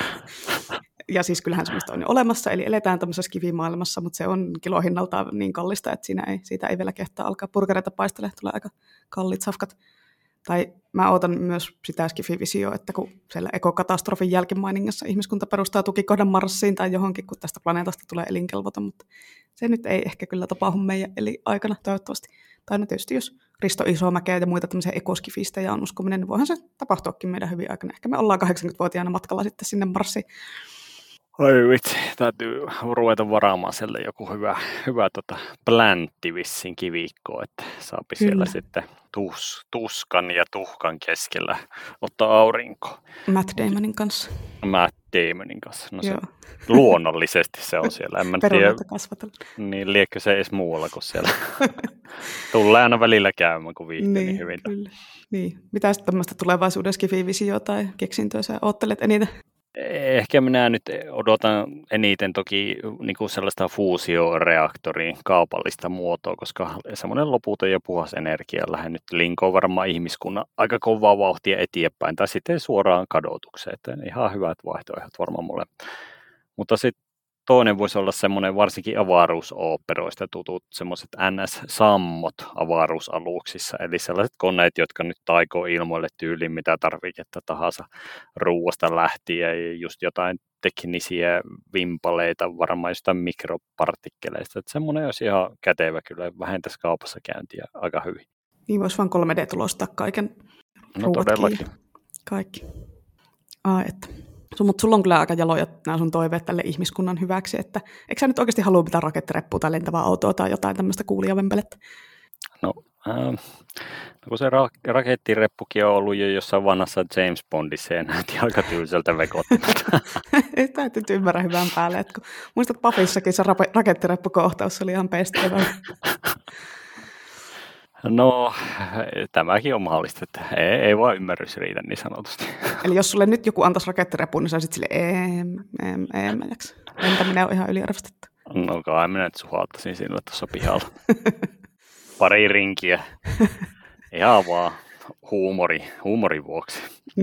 Ja siis kyllähän semmoista on jo olemassa, eli eletään tämmöisessä skifimaailmassa, mutta se on kilohinnaltaan niin kallista, että siitä ei vielä kehtaa alkaa burgereita paistele, tulee aika kalliit safkat. Tai mä ootan myös sitä skifivisioa, että kun siellä ekokatastrofin jälkimainingassa ihmiskunta perustaa tukikohdan Marsiin tai johonkin, kun tästä planeetasta tulee elinkelvoton, mutta se nyt ei ehkä kyllä tapahdu meidän eli aikana toivottavasti. Tai no tietysti jos Risto Isomäkeä ja muita tämmöisiä ekoskifistejä on uskominen, niin voihan se tapahtuakin meidän hyvin aikana. Ehkä me ollaan 80-vuotiaana matkalla sitten sinne Marsiin. Oi vitsi, täytyy ruveta varaamaan siellä joku hyvä pläntti vissiin kivikkoon, että saapi siellä sitten tuskan ja tuhkan keskellä ottaa aurinko. Matt Damonin kanssa. No se, luonnollisesti se on siellä. En mä tiedä, niin liekö se edes muualla kuin siellä. Tulee aina välillä käymään, kun viihtyy niin hyvin. Kyllä. Niin. Mitä sitten tämmöistä tulevaisuuden skifi-visioa tai keksintöä sä oottelet eniten? Ehkä minä nyt odotan eniten toki niin kuin sellaista fuusioreaktorin kaupallista muotoa, koska semmoinen loputon ja puhas energia nyt linkoo varmaan ihmiskunnan aika kovaa vauhtia eteenpäin tai sitten suoraan kadotukseen. Että ihan hyvät vaihtoehdot varmaan mulle. Mutta sitten toinen voisi olla semmoinen varsinkin avaruusoopperoista tutut semmoiset NS-sammot avaruusaluksissa, eli sellaiset koneet, jotka nyt taikoo ilmoille tyyliin mitä tarviketta tahansa ruuasta lähtien ja just jotain teknisiä vimpaleita, varmaan jostain mikropartikkeleista. Että semmoinen olisi ihan kätevä kyllä, vähentäisi kaupassa käyntiä aika hyvin. Niin voisi vaan 3D-tulostaa kaiken todellakin. Kaikki. Että. Mutta sulla on kyllä aika jaloja nämä sun toiveet tälle ihmiskunnan hyväksi, että eikö sä nyt oikeasti halua mitään rakettireppua tai lentävää autoa tai jotain tämmöistä kuulijavempelettä? No kun se rakettireppukin on ollut jo jossain vanhassa James Bondissa ja näytti aika tylsältä vekottaa. Tämä nyt ymmärrä hyvän päälle, että kun muistat Buffyssakin se rakettireppukohtaus oli ihan pestävä. No, tämäkin on mahdollista, että ei vaan ymmärrys riitä niin sanotusti. Eli jos sulle nyt joku antaisi rakettirepun, niin sä olisit silleen, en mä jaksa. Lentäminen on ihan yliarvostettu. No kai minä nyt suhauttaisin sinulle tuossa pihalla. Pari rinkiä. Ihan vaan huumorin vuoksi.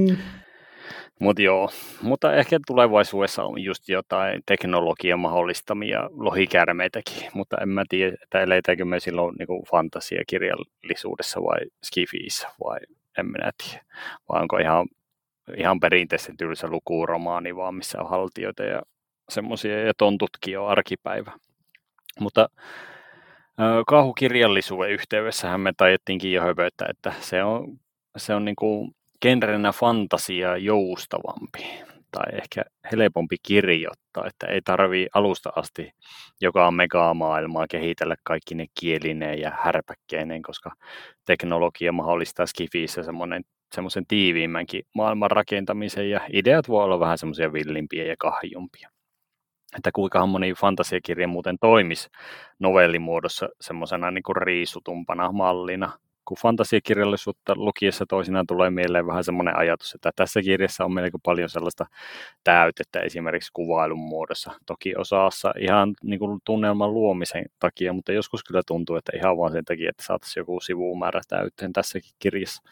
Mutta ehkä tulevaisuudessa on just jotain teknologian mahdollistamia lohikäärmeitäkin, mutta en mä tiedä, että eletäänkö me silloin niin fantasiakirjallisuudessa vai skifiissä, vai en minä tiedä. Vai onko ihan perinteisen tylsä lukuromaani vaan, missä on haltijoita ja semmoisia, ja tontutkin on arkipäivä. Mutta kauhukirjallisuuden yhteydessähän me taidettiinkin jo höpöttää, että se on niin kuin genrenä fantasia joustavampi tai ehkä helpompi kirjoittaa, että ei tarvitse alusta asti joka megamaailmaa kehitellä kaikki ne kielineen ja härpäkkeineen, koska teknologia mahdollistaa skifiissä semmoisen tiiviimmänkin maailman rakentamisen ja ideat voi olla vähän semmoisia villimpiä ja kahjumpia. Että kuinka moni fantasiakirja muuten toimisi novellimuodossa semmoisena niin kuin riisutumpana mallina kun fantasiakirjallisuutta lukiessa toisinaan tulee mieleen vähän semmoinen ajatus, että tässä kirjassa on melko paljon sellaista täytettä esimerkiksi kuvailun muodossa. Toki osassa ihan niin kuin tunnelman luomisen takia, mutta joskus kyllä tuntuu, että ihan vaan sen takia, että saataisiin joku sivumäärä täyteen tässäkin kirjassa.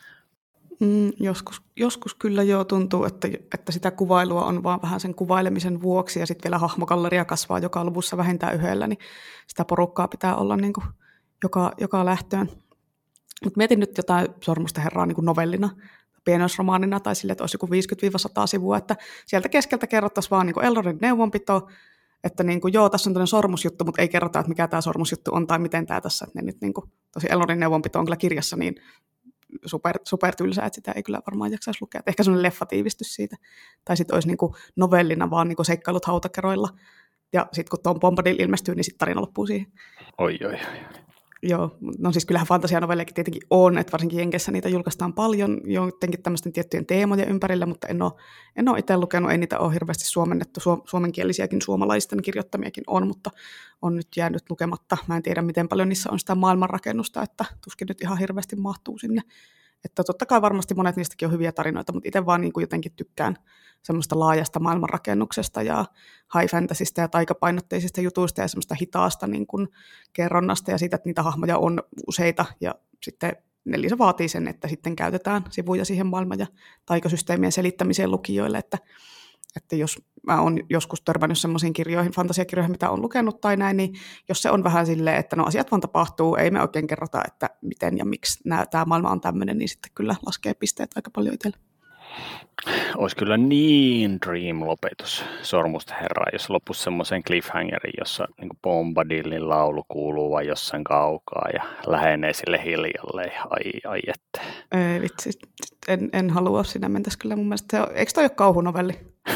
Joskus kyllä jo tuntuu, että sitä kuvailua on vaan vähän sen kuvailemisen vuoksi ja sitten vielä hahmogalleria kasvaa joka luvussa vähintään yhdellä, niin sitä porukkaa pitää olla niin kuin joka lähtöön. Mutta mietin nyt jotain Sormusten herraa niin kuin novellina, pienoisromaanina tai sille, että olisi joku 50-100 sivua, että sieltä keskeltä kerrottaisiin vaan niin kuin Elrorin neuvonpito, että niin kuin, joo, tässä on tämmöinen sormusjuttu, mutta ei kerrota, että mikä tämä sormusjuttu on tai miten tämä tässä. Että ne nyt niin kuin, tosi Elrorin neuvonpito on kyllä kirjassa niin super tylsää, että sitä ei kyllä varmaan jaksaisi lukea. Ehkä semmoinen leffatiivistys siitä. Tai sitten olisi niin kuin novellina vaan niin kuin seikkailut hautakeroilla. Ja sitten kun Tom Bombadil ilmestyy, niin sitten tarina loppuu siihen. Oi. Joo, no siis kyllähän fantasianovellejakin tietenkin on, että varsinkin Jenkeissä niitä julkaistaan paljon jotenkin tämmöisten tiettyjen teemojen ympärillä, mutta en ole itse lukenut, ei niitä ole hirveästi suomennettu, suomenkielisiäkin suomalaisten kirjoittamiakin on, mutta on nyt jäänyt lukematta. Mä en tiedä, miten paljon niissä on sitä maailmanrakennusta, että tuskin nyt ihan hirveästi mahtuu sinne. Että totta kai varmasti monet niistäkin on hyviä tarinoita, mutta itse vaan niin kuin jotenkin tykkään semmoista laajasta maailmanrakennuksesta ja high fantasysta ja taikapainotteisista jutuista ja semmoista hitaasta niin kuin kerronnasta ja siitä, että niitä hahmoja on useita ja sitten se vaatii sen, että sitten käytetään sivuja siihen maailman ja taikasysteemien selittämiseen lukijoille, että jos mä oon joskus törmännyt semmoisiin kirjoihin, fantasiakirjoihin, mitä on lukenut tai näin, niin jos se on vähän silleen, että no asiat vaan tapahtuu, ei me oikein kerrota, että miten ja miksi tämä maailma on tämmöinen, niin sitten kyllä laskee pisteet aika paljon itselle. Olisi kyllä niin dream-lopetus Sormusten herraa, jos loppuisi semmoisen cliffhangerin, jossa niin Bombadilin laulu kuuluu vain jossain kaukaa ja lähenee sille hiljalle. Ai että. Ei vitsi, en halua, siinä mentäisi kyllä mun mielestä. Eikö toi ole kauhunovelli?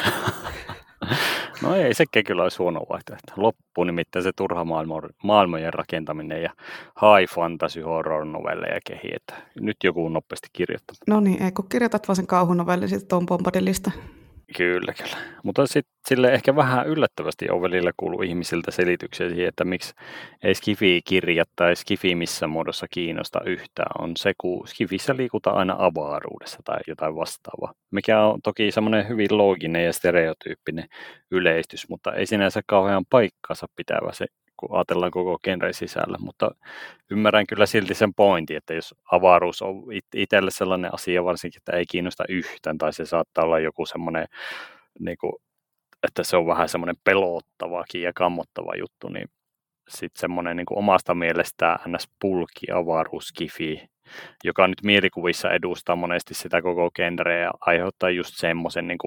No ei sekin kyllä olisi huono vaihtoehto. Loppuu nimittäin se turha maailmojen rakentaminen ja high fantasy horror novelleja kehi, että nyt joku on nopeasti kirjoittanut. No niin, ei kun kirjoitat vaan sen kauhunovelli sitten Tom Bombadilista. Kyllä. Mutta sitten sille ehkä vähän yllättävästi on välillä kuullut ihmisiltä selityksiä siihen, että miksi ei Skifi-kirjat tai Skifi missä muodossa kiinnosta yhtään. On se, kun Skifissä liikutaan aina avaruudessa tai jotain vastaavaa. Mikä on toki semmoinen hyvin looginen ja stereotyyppinen yleistys, mutta ei sinänsä kauhean paikkansa pitävä se, kun ajatellaan koko genren sisällä. Mutta ymmärrän kyllä silti sen pointin, että jos avaruus on itselle sellainen asia varsinkin, että ei kiinnosta yhtään, tai se saattaa olla joku semmoinen, niin kuin, että se on vähän semmoinen pelottavakin ja kammottava juttu, niin sitten semmoinen niin kuin omasta mielestään ns-pulkki avaruuskifi, joka nyt mielikuvissa edustaa monesti sitä koko genreä ja aiheuttaa just semmoisen niin kuin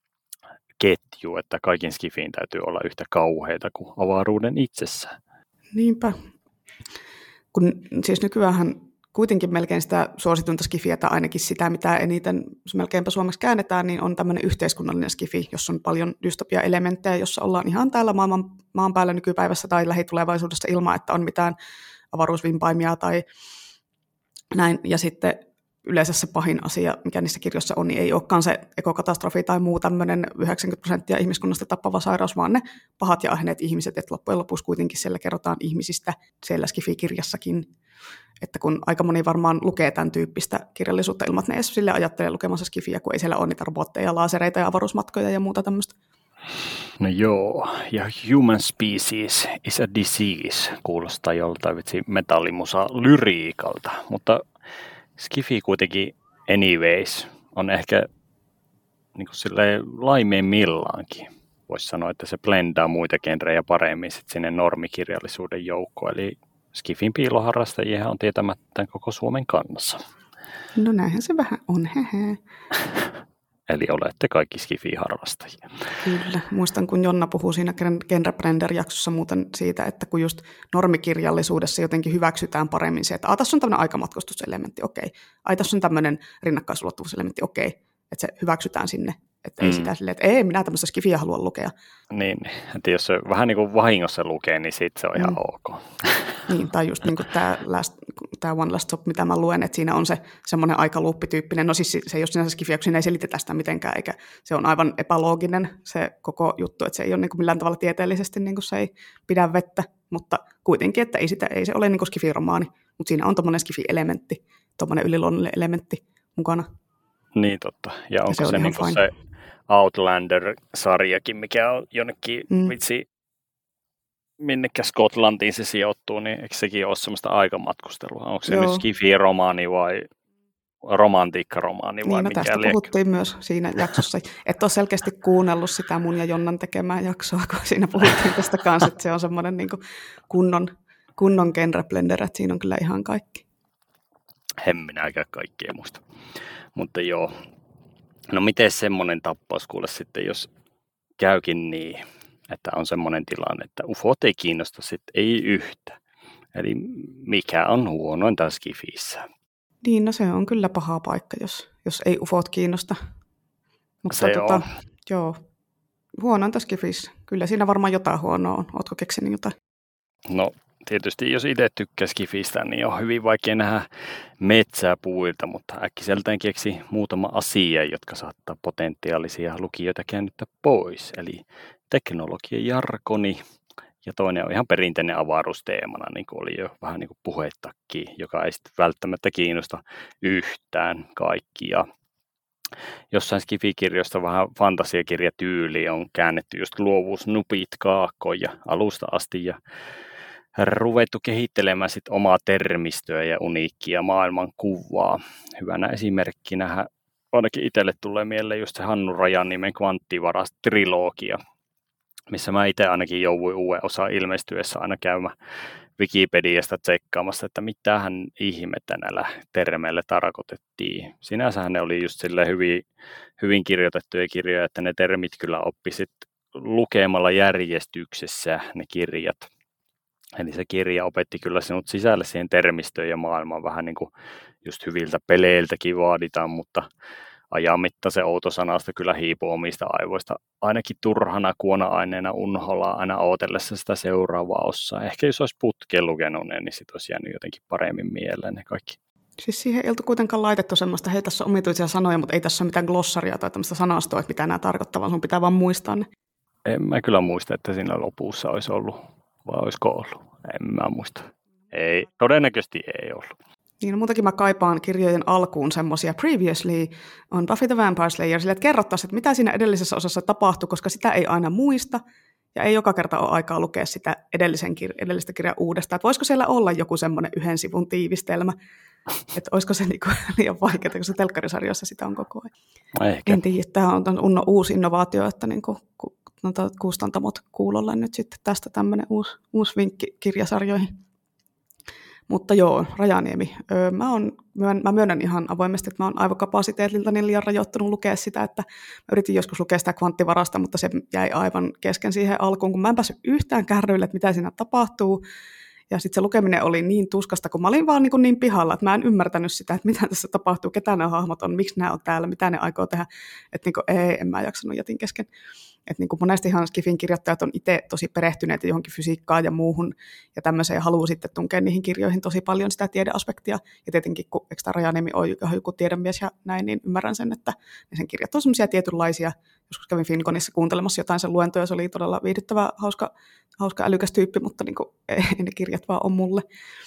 ketju, että kaikin skifiin täytyy olla yhtä kauheita kuin avaruuden itsessään. Niinpä. Kun siis nykyäänhän kuitenkin melkein sitä suositunta skifiä, tai ainakin sitä, mitä eniten melkeinpä suomeksi käännetään, niin on tämmöinen yhteiskunnallinen skifi, jossa on paljon dystopia-elementtejä, jossa ollaan ihan täällä maan päällä nykypäivässä tai lähitulevaisuudessa ilman, että on mitään avaruusvimpaimia tai näin. Ja sitten yleensä se pahin asia, mikä niissä kirjoissa on, niin ei olekaan se ekokatastrofi tai muu tämmöinen 90% ihmiskunnasta tappava sairaus, vaan ne pahat ja ahneet ihmiset, että loppujen lopuksi kuitenkin siellä kerrotaan ihmisistä siellä Skifi-kirjassakin, että kun aika moni varmaan lukee tämän tyyppistä kirjallisuutta ilman, että ne edes sille ajattelee lukemansa Skifiä, kun ei siellä ole niitä robotteja, laasereita ja avaruusmatkoja ja muuta tämmöistä. No joo, ja human species is a disease kuulostaa joltain metallimusa lyriikalta, mutta Skifi kuitenkin anyways on ehkä niin kuin silleen laimeimmillaan,kin. Voisi sanoa, että se blendaa muita genrejä paremmin sit sinne normikirjallisuuden joukkoon. Eli Skifin piiloharrastajia on tietämättä koko Suomen kannassa. No näinhän se vähän on, hehe. Eli olette kaikki Skifi-harrastajia. Kyllä. Muistan, kun Jonna puhuu siinä Genreblender-jaksossa muuten siitä, että kun just normikirjallisuudessa jotenkin hyväksytään paremmin se, että tässä on tämmöinen aikamatkustuselementti, okei. Tässä on tämmöinen rinnakkaisulottuvuuselementti, okei. Että se hyväksytään sinne. Että ei sitä silleen, että ei, minä tämmöistä Skifiä halua lukea. Niin, että jos se vähän niin kuin vahingossa lukee, niin sitten se on ihan ok. Niin, tai just niin kuin tämä One Last Stop, mitä mä luen, että siinä on se semmoinen aikaluuppityyppinen, no siis se ei ole sinänsä Skifiä, kun siinä ei selitetä sitä mitenkään, eikä se on aivan epälooginen se koko juttu, että se ei ole niin kuin millään tavalla tieteellisesti, niin kuin se ei pidä vettä, mutta kuitenkin, että ei se ole niin kuin skifi-romaani, mutta siinä on tommoinen skifi-elementti, tommoinen yliluonnollinen elementti mukana. Niin totta. Ja onko se on se, ihan niin kuin fine. se Outlander-sarjakin, mikä on jonnekin vitsi, minnekä Skotlantiin se sijoittuu, niin eikö sekin ole semmoista aikamatkustelua? Onko se nyt skifi-romaani vai romantiikkaromaani vai niin, no mikä tästä puhuttiin myös siinä jaksossa. Et ole selkeästi kuunnellut sitä mun ja Jonnan tekemää jaksoa, kun siinä puhuttiin tästä kanssa, että se on semmoinen niin kunnon genre-blender, että siinä on kyllä ihan kaikki. En minäkään kaikkea muista. Mutta joo. No miten semmoinen tappaus kuule sitten, jos käykin niin, että on semmoinen tilanne, että ufot ei kiinnosta sitten ei yhtä. Eli mikä on huonointa skifissä? Niin, no se on kyllä paha paikka, jos ei ufot kiinnosta. Mutta se on. Joo, huonointa skifissä. Kyllä siinä varmaan jotain huonoa on. Ootko keksinyt jotain? No tietysti jos itse tykkää skifistä, niin on hyvin vaikea nähdä metsää puilta, mutta äkkiseltään keksi muutama asia, jotka saattaa potentiaalisia lukijoita käännyttää pois. Eli teknologian jargoni ja toinen on ihan perinteinen avaruusteemana, niin kuin oli jo vähän niin kuin puhettakin, joka ei sitten välttämättä kiinnosta yhtään kaikkia. Jossain skifikirjoista vähän fantasiakirjatyyli on käännetty just luovuusnupit kaakkoon ja alusta asti ja ruvettu kehittelemään sit omaa termistöä ja uniikkia maailmankuvaa. Hyvänä esimerkkinä ainakin itselle tulee mieleen just se Hannu Rajaniemen Kvanttivaras-trilogia, missä mä itse ainakin jouduin uuden osan ilmestyessä aina käymään Wikipediasta tsekkaamassa, että mitähän ihmettä näillä termeillä tarkoitettiin. Sinänsähän ne oli just silleen hyvin kirjoitettuja kirjoja, että ne termit kyllä oppisit lukemalla järjestyksessä ne kirjat. Eli se kirja opetti kyllä sinut sisälle siihen termistöön ja maailmaan vähän niin kuin just hyviltä peleiltäkin vaaditaan, mutta ajan mitta se outo sanasta kyllä hiipuu omista aivoista ainakin turhana kuona-aineena unholla aina ootellessa sitä seuraavaa osaa. Ehkä jos olisi putkeen lukenut ne, niin sitten olisi jäänyt jotenkin paremmin mieleen ne kaikki. Siis siihen ei oltu kuitenkaan laitettu semmoista, hei tässä on omituisia sanoja, mutta ei tässä ole mitään glossaria tai tämmöistä sanastoa, että mitä nämä tarkoittaa, vaan sun pitää vaan muistaa ne. En mä kyllä muista, että siinä lopussa olisi ollut, vai olisiko ollut? En mä muista. Ei, todennäköisesti ei ollut. Niin, muutenkin mä kaipaan kirjojen alkuun semmoisia previously on Buffy the Vampire Slayer, sille, että kerrottaisiin, että mitä siinä edellisessä osassa tapahtui, koska sitä ei aina muista, ja ei joka kerta ole aikaa lukea sitä edellistä kirjaa uudestaan. Että voisiko siellä olla joku semmoinen 1 sivun tiivistelmä, että olisiko se niinku liian vaikeaa, koska Telkkarisarjoissa sitä on koko ajan. Ehkä. En tiedä, tämä on uusi innovaatio, että niinku, kustantamot kuulolla nyt sitten tästä tämmöinen uusi vinkki kirjasarjoihin. Mutta joo, Rajaniemi. Mä myönnän ihan avoimesti, että mä oon aivokapasiteetiltani liian rajoittunut lukea sitä, että mä yritin joskus lukea sitä Kvanttivarasta, mutta se jäi aivan kesken siihen alkuun, kun mä en päässyt yhtään kärryille, että mitä siinä tapahtuu. Ja sitten se lukeminen oli niin tuskasta, kun mä olin vaan niin pihalla, että mä en ymmärtänyt sitä, että mitä tässä tapahtuu, ketä nämä hahmot on, miksi nämä on täällä, mitä ne aikoo tehdä. Että en mä jaksanut, jätin kesken. Että monestihan Skifin kirjoittajat on itse tosi perehtyneet johonkin fysiikkaan ja muuhun ja tämmöiseen, haluaa sitten tunkea niihin kirjoihin tosi paljon sitä tiedeaspektia. Ja tietenkin, kun eikö tämä Rajaniemi ole joku tiedemies ja näin, niin ymmärrän sen, että sen kirjat on semmoisia tietynlaisia. Joskus kävin Finconissa kuuntelemassa jotain sen luentoja, se oli todella viihdyttävä, hauska älykäs tyyppi, mutta ei ne kirjat vaan ole mulle.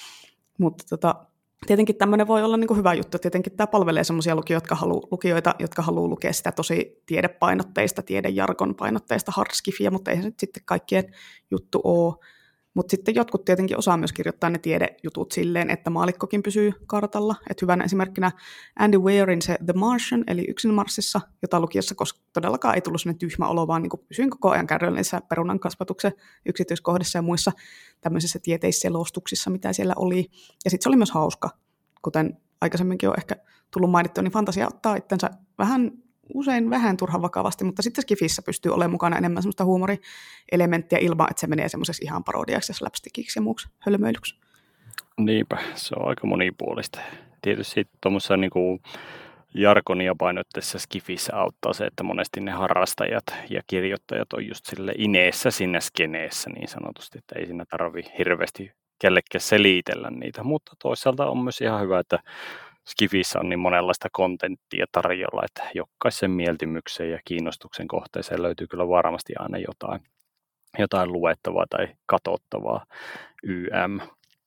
Mutta tietenkin tämmöinen voi olla hyvä juttu. Tietenkin tämä palvelee semmoisia lukijoita, jotka haluaa lukea sitä tosi tiedepainotteista, tiedejargon painotteista hardskifiä, mutta eihän se sitten kaikkien juttu ole. Mutta sitten jotkut tietenkin osaa myös kirjoittaa ne tiedejutut silleen, että maalikkokin pysyy kartalla. Et hyvänä esimerkkinä Andy Weirin se The Martian, eli Yksin Marsissa, jota lukiessa, koska todellakaan ei tullut sellainen tyhmä olo, vaan pysyin koko ajan kärryillä niissä perunan kasvatuksen yksityiskohdissa ja muissa tämmöisissä tieteisselostuksissa, mitä siellä oli. Ja sitten se oli myös hauska, kuten aikaisemminkin on ehkä tullut mainittua, niin fantasia ottaa itsensä usein vähän turhan vakavasti, mutta sitten Skifissä pystyy olemaan mukana enemmän semmoista huumorielementtiä ilman, että se menee semmoiseksi ihan parodiaksi ja slapstickiksi ja muuksi hölmöilyksi. Niinpä, se on aika monipuolista. Tietysti tuommoisessa niinku jargonia painotteessa Skifissä auttaa se, että monesti ne harrastajat ja kirjoittajat on just sille ineessä siinä skeneessä niin sanotusti, että ei siinä tarvitse hirveästi kellekään selitellä niitä, mutta toisaalta on myös ihan hyvä, että Skifissä on niin monenlaista kontenttia tarjolla, että jokaisen mieltymyksen ja kiinnostuksen kohteeseen löytyy kyllä varmasti aina jotain. jotain luettavaa tai katsottavaa YM.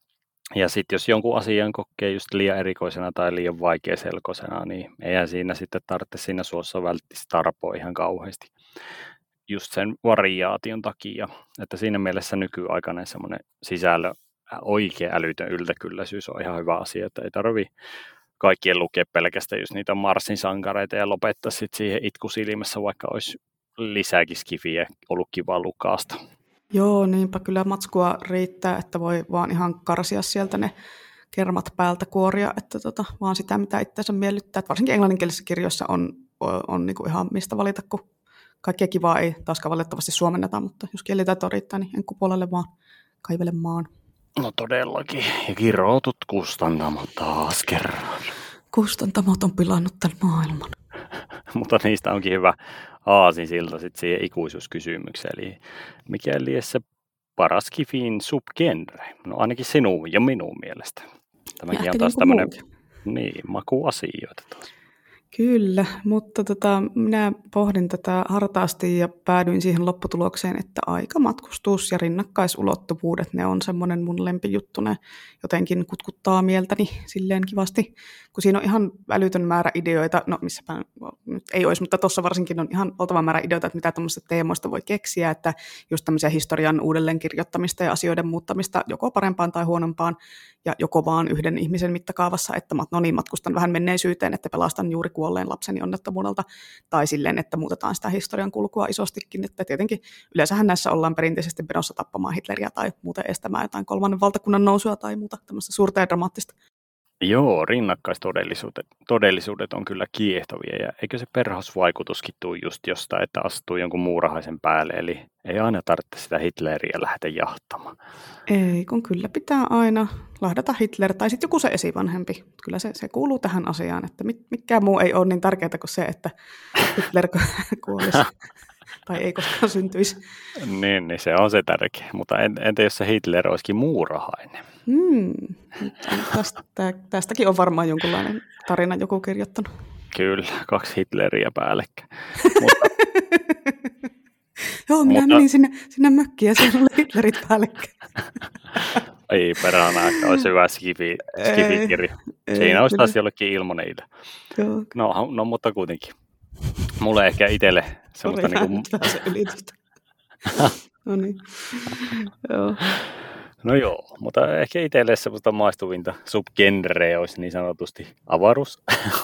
Ja sitten jos jonkun asian kokee just liian erikoisena tai liian vaikeaselkoisena, niin eihän siinä sitten tarvitse siinä suossa välttämättä tarpoa ihan kauheasti. Just sen variaation takia, että siinä mielessä nykyaikainen semmoinen sisällön oikea älytön yltäkylläisyys on ihan hyvä asia, että ei tarvitse kaikkien lukea pelkästään just niitä Marsin sankareita ja lopettaa sitten siihen itku silmässä, vaikka olisi lisääkin skifiä ollut kiva lukaasta. Joo, niinpä kyllä matskua riittää, että voi vaan ihan karsia sieltä ne kermat päältä kuoria, että vaan sitä, mitä itseänsä miellyttää. Että varsinkin englanninkielisissä kirjoissa on niin kuin ihan mistä valita, kun kaikkea kivaa ei taaskaan valitettavasti suomenneta, mutta jos kielitaito riittää, niin enkkupuolelle vaan kaivelemaan. No todellakin, ja kiroutut kustantamot taas kerran. Kustantamot on pilannut tämän maailman. Mutta niistä onkin hyvä aasinsilta sitten siihen ikuisuuskysymykseen, eli mikä liian se paras skifin subgenre? No ainakin sinun ja minun mielestä. Tämäkin on taas tämmöinen makuasioita taas. Kyllä, mutta minä pohdin tätä hartaasti ja päädyin siihen lopputulokseen, että aikamatkustus ja rinnakkaisulottuvuudet, ne on semmoinen mun lempijuttu, ne jotenkin kutkuttaa mieltäni silleen kivasti, kun siinä on ihan älytön määrä ideoita, no missäpä nyt ei olisi, mutta tuossa varsinkin on ihan valtava määrä ideoita, että mitä tuommoisista teemoista voi keksiä, että just tämmöisiä historian uudelleenkirjoittamista ja asioiden muuttamista joko parempaan tai huonompaan ja joko vaan yhden ihmisen mittakaavassa, että matkustan vähän menneisyyteen, että pelastan juuri kuolleen lapseni onnettomuudelta, tai silleen, että muutetaan sitä historian kulkua isostikin, että tietenkin yleensähän näissä ollaan perinteisesti menossa tappamaan Hitleriä tai muuten estämään jotain kolmannen valtakunnan nousua tai muuta tämmöistä suurta ja dramaattista. Joo, rinnakkaistodellisuudet on kyllä kiehtovia, ja eikö se perhosvaikutuskin tule just jostain, että astuu jonkun muurahaisen päälle, eli ei aina tarvitse sitä Hitleriä lähteä jahtamaan. Ei, kun kyllä pitää aina lahdata Hitler, tai sitten joku se esivanhempi. Kyllä se kuuluu tähän asiaan, että mikään muu ei ole niin tärkeää kuin se, että Hitler kuolisi tai ei koskaan syntyisi. Niin se on se tärkeä, mutta entä jos se Hitler olisikin muurahainen? Tästäkin on varmaan jonkunlainen tarina joku kirjoittanut. Kyllä, 2 Hitleriä päällekkäin. Joo, minä menin sinne mökkiin ja siellä oli Hitlerit päällekkäin. Ei perhana, että olisi hyvä skifikirja. Siinä olisi taas jollekin ilmoneille. No, mutta kuitenkin. Mulle ehkä itselle semmoista se ylitystä. No niin. Joo. No joo, mutta ehkä itselle semmoista maistuvinta subgenreä olisi niin sanotusti avaruus.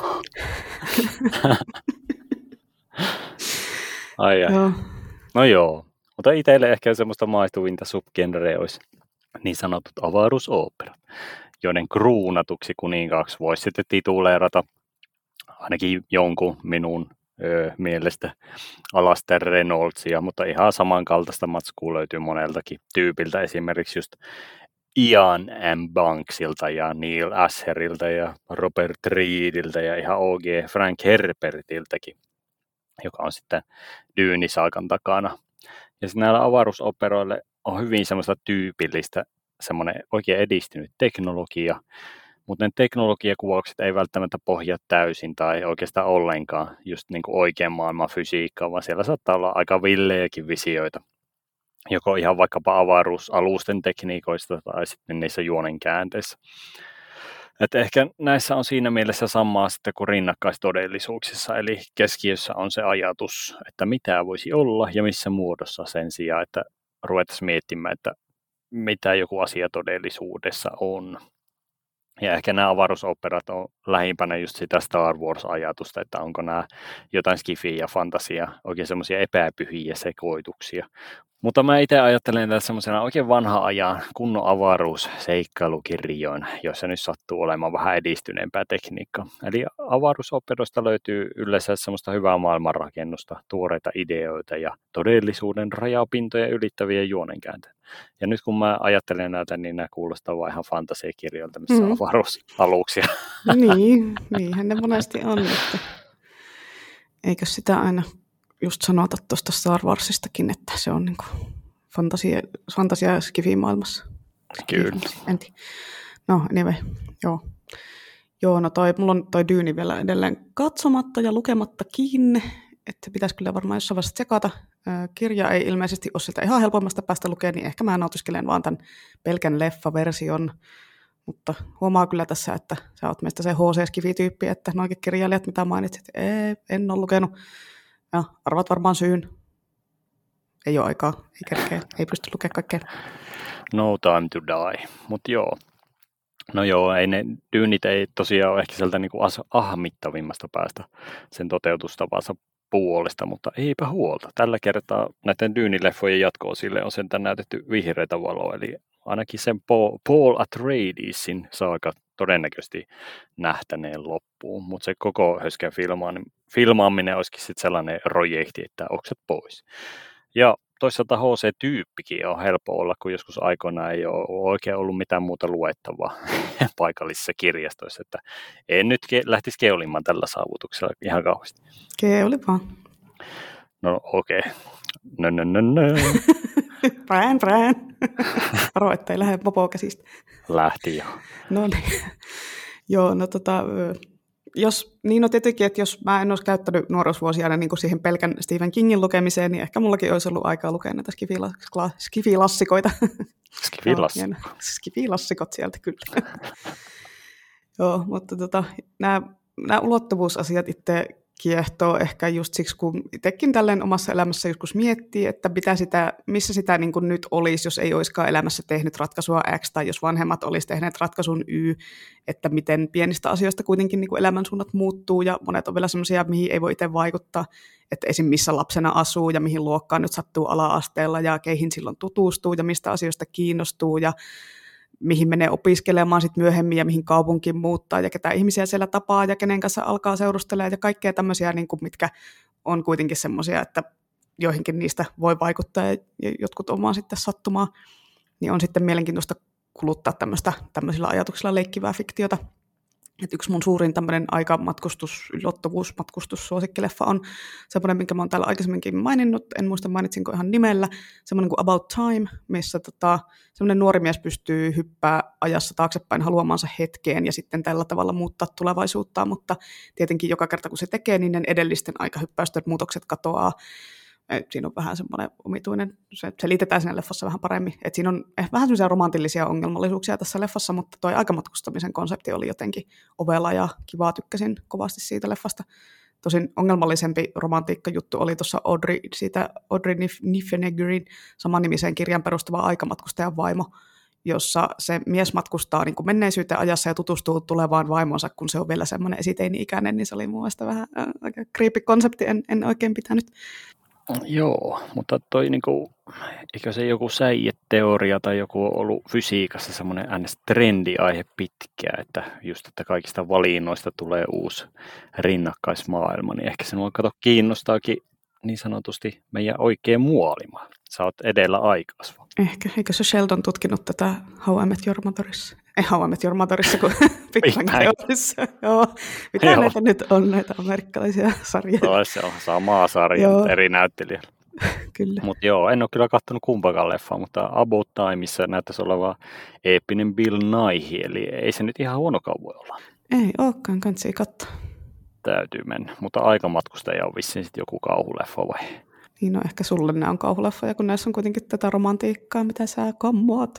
Ai. No joo, mutta itselle ehkä semmoista maistuvinta subgenreä olisi niin sanotut avaruusoopperat, joiden kruunatuksi kuninkaaksi voisi sitten tituleerata ainakin jonkun minun mielestä Alastair Reynoldsia, mutta ihan samankaltaista matskua löytyy moneltakin tyypiltä, esimerkiksi just Ian M. Banksilta ja Neil Asherilta ja Robert Reediltä ja ihan OG Frank Herbertiltäkin, joka on sitten Dune-saakan takana. Ja sitten näillä avaruusoperoille on hyvin semmoista tyypillistä, semmoinen oikein edistynyt teknologia, mutta ne teknologiakuvaukset ei välttämättä pohjaa täysin tai oikeastaan ollenkaan just niin kuin oikean maailman fysiikkaa, vaan siellä saattaa olla aika villejäkin visioita, joko ihan vaikkapa avaruusalusten tekniikoista tai sitten niissä juonenkäänteissä. Et ehkä näissä on siinä mielessä samaa sitten kuin rinnakkaistodellisuuksissa, eli keskiössä on se ajatus, että mitä voisi olla ja missä muodossa sen sijaan, että ruvettaisiin miettimään, että mitä joku asia todellisuudessa on. Ja ehkä nämä avaruusoperat on lähimpänä just sitä Star Wars-ajatusta, että onko nämä jotain skifiä ja fantasia, oikein semmoisia epäpyhiä sekoituksia. Mutta mä itse ajattelen tätä semmoisena oikein vanhan ajan kunnon avaruusseikkailukirjoina, joissa nyt sattuu olemaan vähän edistyneempää tekniikkaa. Eli avaruusoperoista löytyy yleensä semmoista hyvää maailmanrakennusta, tuoreita ideoita ja todellisuuden rajapintoja ylittäviä juonenkääntöjä. Ja nyt kun mä ajattelen näitä, niin nämä kuulostaa vaan ihan fantasiakirjoilta, missä on avaruusaluksia. Niin, niinhän ne monesti on. Että eikö sitä aina just sanota tuosta Star Warsistakin, että se on niin kuin fantasia skifi-maailmassa. Kyllä. No, anyway, joo. Joo, no mulla on toi Dune vielä edelleen katsomatta ja lukemattakin. että pitäisi kyllä varmaan jossain vaiheessa tsekata. Kirja ei ilmeisesti ole sieltä ihan helpommasta päästä lukemaan, niin ehkä mä nautiskelen vaan tämän pelkän leffaversion. Mutta huomaa kyllä tässä, että sä oot meistä se HC-skifi-tyyppi, että noikin kirjailijat, mitä mainitsit, en ole lukenut. Ja arvat varmaan syyn. Ei ole aikaa, ei kerkeä, ei pysty lukemaan kaikkea. No time to die, mutta joo. No joo, ei ne Dyneit ei tosiaan ole ehkä sieltä niinku ahmittavimmasta päästä sen toteutustavansa puolesta, mutta eipä huolta. Tällä kertaa näiden Dune-leffojen jatko-osille on sentään näytetty vihreitä valoa, eli ainakin sen Paul Atreidesin saaka todennäköisesti nähtäneen loppuun, mutta se koko höskän filmaaminen olisikin sitten sellainen projekti, että okset pois. Ja toisaalta HC-tyyppikin on helppo olla, kun joskus aikoinaan ei ole oikein ollut mitään muuta luettavaa paikallisissa kirjastoissa, että en nyt lähtisi keulimaan tällä saavutuksella ihan kauheasti. Keuli vaan. No okei. No. Prään. Varo, ettei lähde mopo käsistä. Lähti jo. No niin. Joo, no tietenkin, että jos mä en olisi käyttänyt nuoruusvuosiana niin kuin siihen pelkän Stephen Kingin lukemiseen, niin ehkä mullakin olisi ollut aikaa lukea näitä skifilassikoita. Skifilassikot sieltä kyllä. Joo, mutta nämä ulottuvuusasiat itse kiehtoo ehkä just siksi, kun itsekin tälleen omassa elämässä joskus miettii, että missä sitä niin kuin nyt olisi, jos ei olisikaan elämässä tehnyt ratkaisua X, tai jos vanhemmat olisi tehneet ratkaisun Y, että miten pienistä asioista kuitenkin niin kuin elämänsuunnat muuttuu, ja monet on vielä sellaisia, mihin ei voi itse vaikuttaa, että esim. Missä lapsena asuu, ja mihin luokkaan nyt sattuu ala-asteella, ja keihin silloin tutustuu, ja mistä asioista kiinnostuu, ja mihin menee opiskelemaan sit myöhemmin ja mihin kaupunkiin muuttaa ja ketä ihmisiä siellä tapaa ja kenen kanssa alkaa seurustella ja kaikkea tämmöisiä, niin kuin, mitkä on kuitenkin semmoisia, että joihinkin niistä voi vaikuttaa ja jotkut on vaan sitten sattumaa, niin on sitten mielenkiintoista kuluttaa tämmöisillä ajatuksilla leikkivää fiktiota. Et yksi mun suurin tämmöinen ulottuvuusmatkustussuosikkileffa on semmoinen, minkä mä oon täällä aikaisemminkin maininnut, en muista mainitsinko ihan nimellä, semmoinen kuin About Time, missä semmoinen nuori mies pystyy hyppää ajassa taaksepäin haluamansa hetkeen ja sitten tällä tavalla muuttaa tulevaisuuttaan, mutta tietenkin joka kerta kun se tekee, niin ne edellisten aikahyppäysten muutokset katoaa. Siinä on vähän semmoinen omituinen, se liitetään siinä leffassa vähän paremmin, että siinä on vähän semmoisia romantillisia ongelmallisuuksia tässä leffassa, mutta toi aikamatkustamisen konsepti oli jotenkin ovela ja kivaa, tykkäsin kovasti siitä leffasta. Tosin ongelmallisempi romantiikkajuttu oli tuossa Audrey Niffenegerin samannimiseen kirjan perustuva aikamatkustajan vaimo, jossa se mies matkustaa niin kuin menneisyyteen ajassa ja tutustuu tulevaan vaimonsa, kun se on vielä semmoinen esiteini-ikäinen, niin se oli mun mielestä vähän aika creepy konsepti, en oikein pitänyt. Joo, mutta toi niinku, eikö se joku säieteoria tai joku on ollut fysiikassa semmoinen trendiaihe pitkään, että just, että kaikista valinnoista tulee uusi rinnakkaismaailma, niin ehkä se kiinnostaakin niin sanotusti meidän oikein muolima. Sä oot edellä aikaisva. Ehkä, eikö se Sheldon tutkinut tätä How I Met Your Motherissa? Ei How I Met Your Motherissa, kun Big Bang Theorissa. Joo, mitä näitä nyt on, näitä amerikkalaisia sarjoja? No, se on samaa sarjaa, eri näyttelijällä. Kyllä. Mutta joo, en ole kyllä katsonut kumpakaan leffaa, mutta About Timeissa näyttäisi olevan eeppinen Bill Nighy, eli ei se nyt ihan huonokaan voi olla. Ei olekaan, kansi katsoa. Täytyy mennä, mutta aikamatkustaja on vissiin sitten joku kauhuleffa vai? Niin, no ehkä sulle nämä on kauhuleffoja, kun näissä on kuitenkin tätä romantiikkaa, mitä sä kammoat.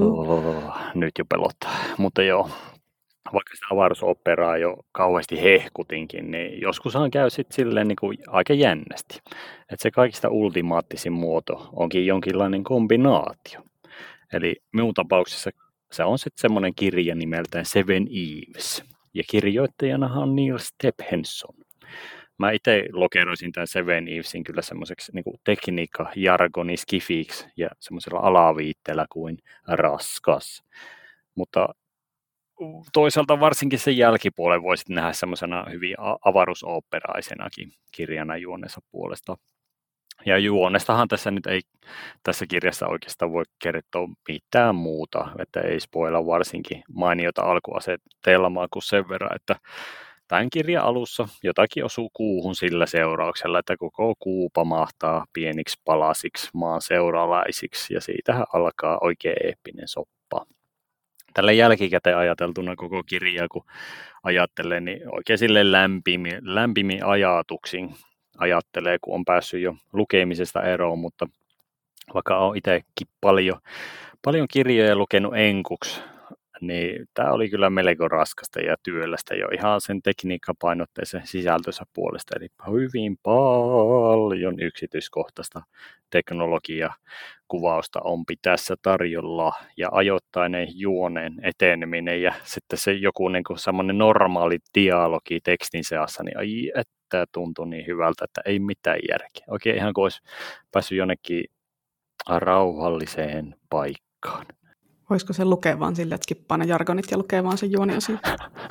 Nyt jo pelottaa, mutta joo. Vaikka sitä avaruusoperaa jo kauheasti hehkutinkin, niin joskushan käy sitten silleen niin kuin aika jännästi. Että se kaikista ultimaattisin muoto onkin jonkinlainen kombinaatio. Eli minun tapauksessa se on sitten semmoinen kirja nimeltään Seven Eves. Ja kirjoittajanahan on Neil Stephenson. Mä itse lokeroisin tämän Seven Evesin kyllä semmoiseksi niin kuin tekniikka-jargoniskifiksi ja semmoisella alaviitteellä kuin raskas. Mutta toisaalta varsinkin sen jälkipuolen voisit nähdä semmoisena hyvin avaruusoopperaisenakin kirjana juonensa puolesta. Ja juonestahan tässä nyt ei tässä kirjassa oikeastaan voi kertoa mitään muuta, että ei spoila varsinkin mainiota alkuasetelmaa kuin sen verran, että tämän kirjan alussa jotakin osuu kuuhun sillä seurauksella, että koko kuu pamahtaa pieniksi palasiksi maan seuralaisiksi ja siitähän alkaa oikein eeppinen soppa. Tällä jälkikäteen ajateltuna koko kirjaa, kun ajattelee, niin oikein sille lämpimin ajatuksin ajattelee, kun on päässyt jo lukemisesta eroon, mutta vaikka olen itsekin paljon kirjoja lukenut enkuksi, niin tämä oli kyllä melko raskasta ja työlästä jo ihan sen tekniikkapainotteisen sisältönsä puolesta, eli hyvin paljon yksityiskohtaista teknologiakuvausta on tässä tarjolla ja ajoittainen juoneen eteneminen ja sitten se joku niin kuin semmoinen normaali dialogi tekstin seassa, niin ai että tuntui niin hyvältä, että ei mitään järkeä. Oikein ihan kuin olisi päässyt jonnekin rauhalliseen paikkaan. Voisiko se lukea vaan sille, että skippaa ne jargonit ja lukee vaan sen juoniasian?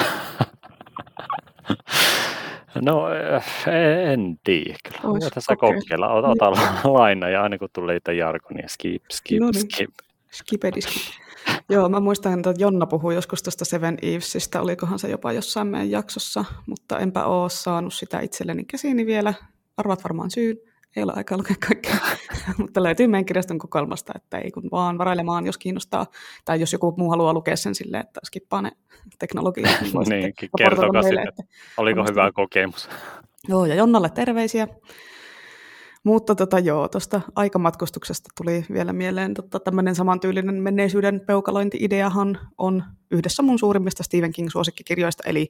No en tiedä kyllä. Vois Tässä kokeilla. kokeilla. Ota laina ja aina kun tulee niitä jargonia, skip. Skipediskip. Joo, mä muistan, että Jonna puhui joskus tuosta Seven Evesistä, olikohan se jopa jossain meidän jaksossa, mutta enpä ole saanut sitä itselleni käsiini vielä. Arvaat varmaan syyn. Ei ole aikaa lukea kaikkea, mutta löytyy meidän kirjaston kokoelmasta, että ei kun vaan varailemaan, jos kiinnostaa, tai jos joku muu haluaa lukea sen silleen, että skippaa ne teknologiat. Niin, kertokaa sitten, että oliko hyvä kokemus. Joo, ja Jonnalle terveisiä. Mutta tuosta aikamatkustuksesta tuli vielä mieleen tämmöinen samantyylinen menneisyyden peukalointi-ideahan on yhdessä mun suurimmista Stephen King-suosikkikirjoista, eli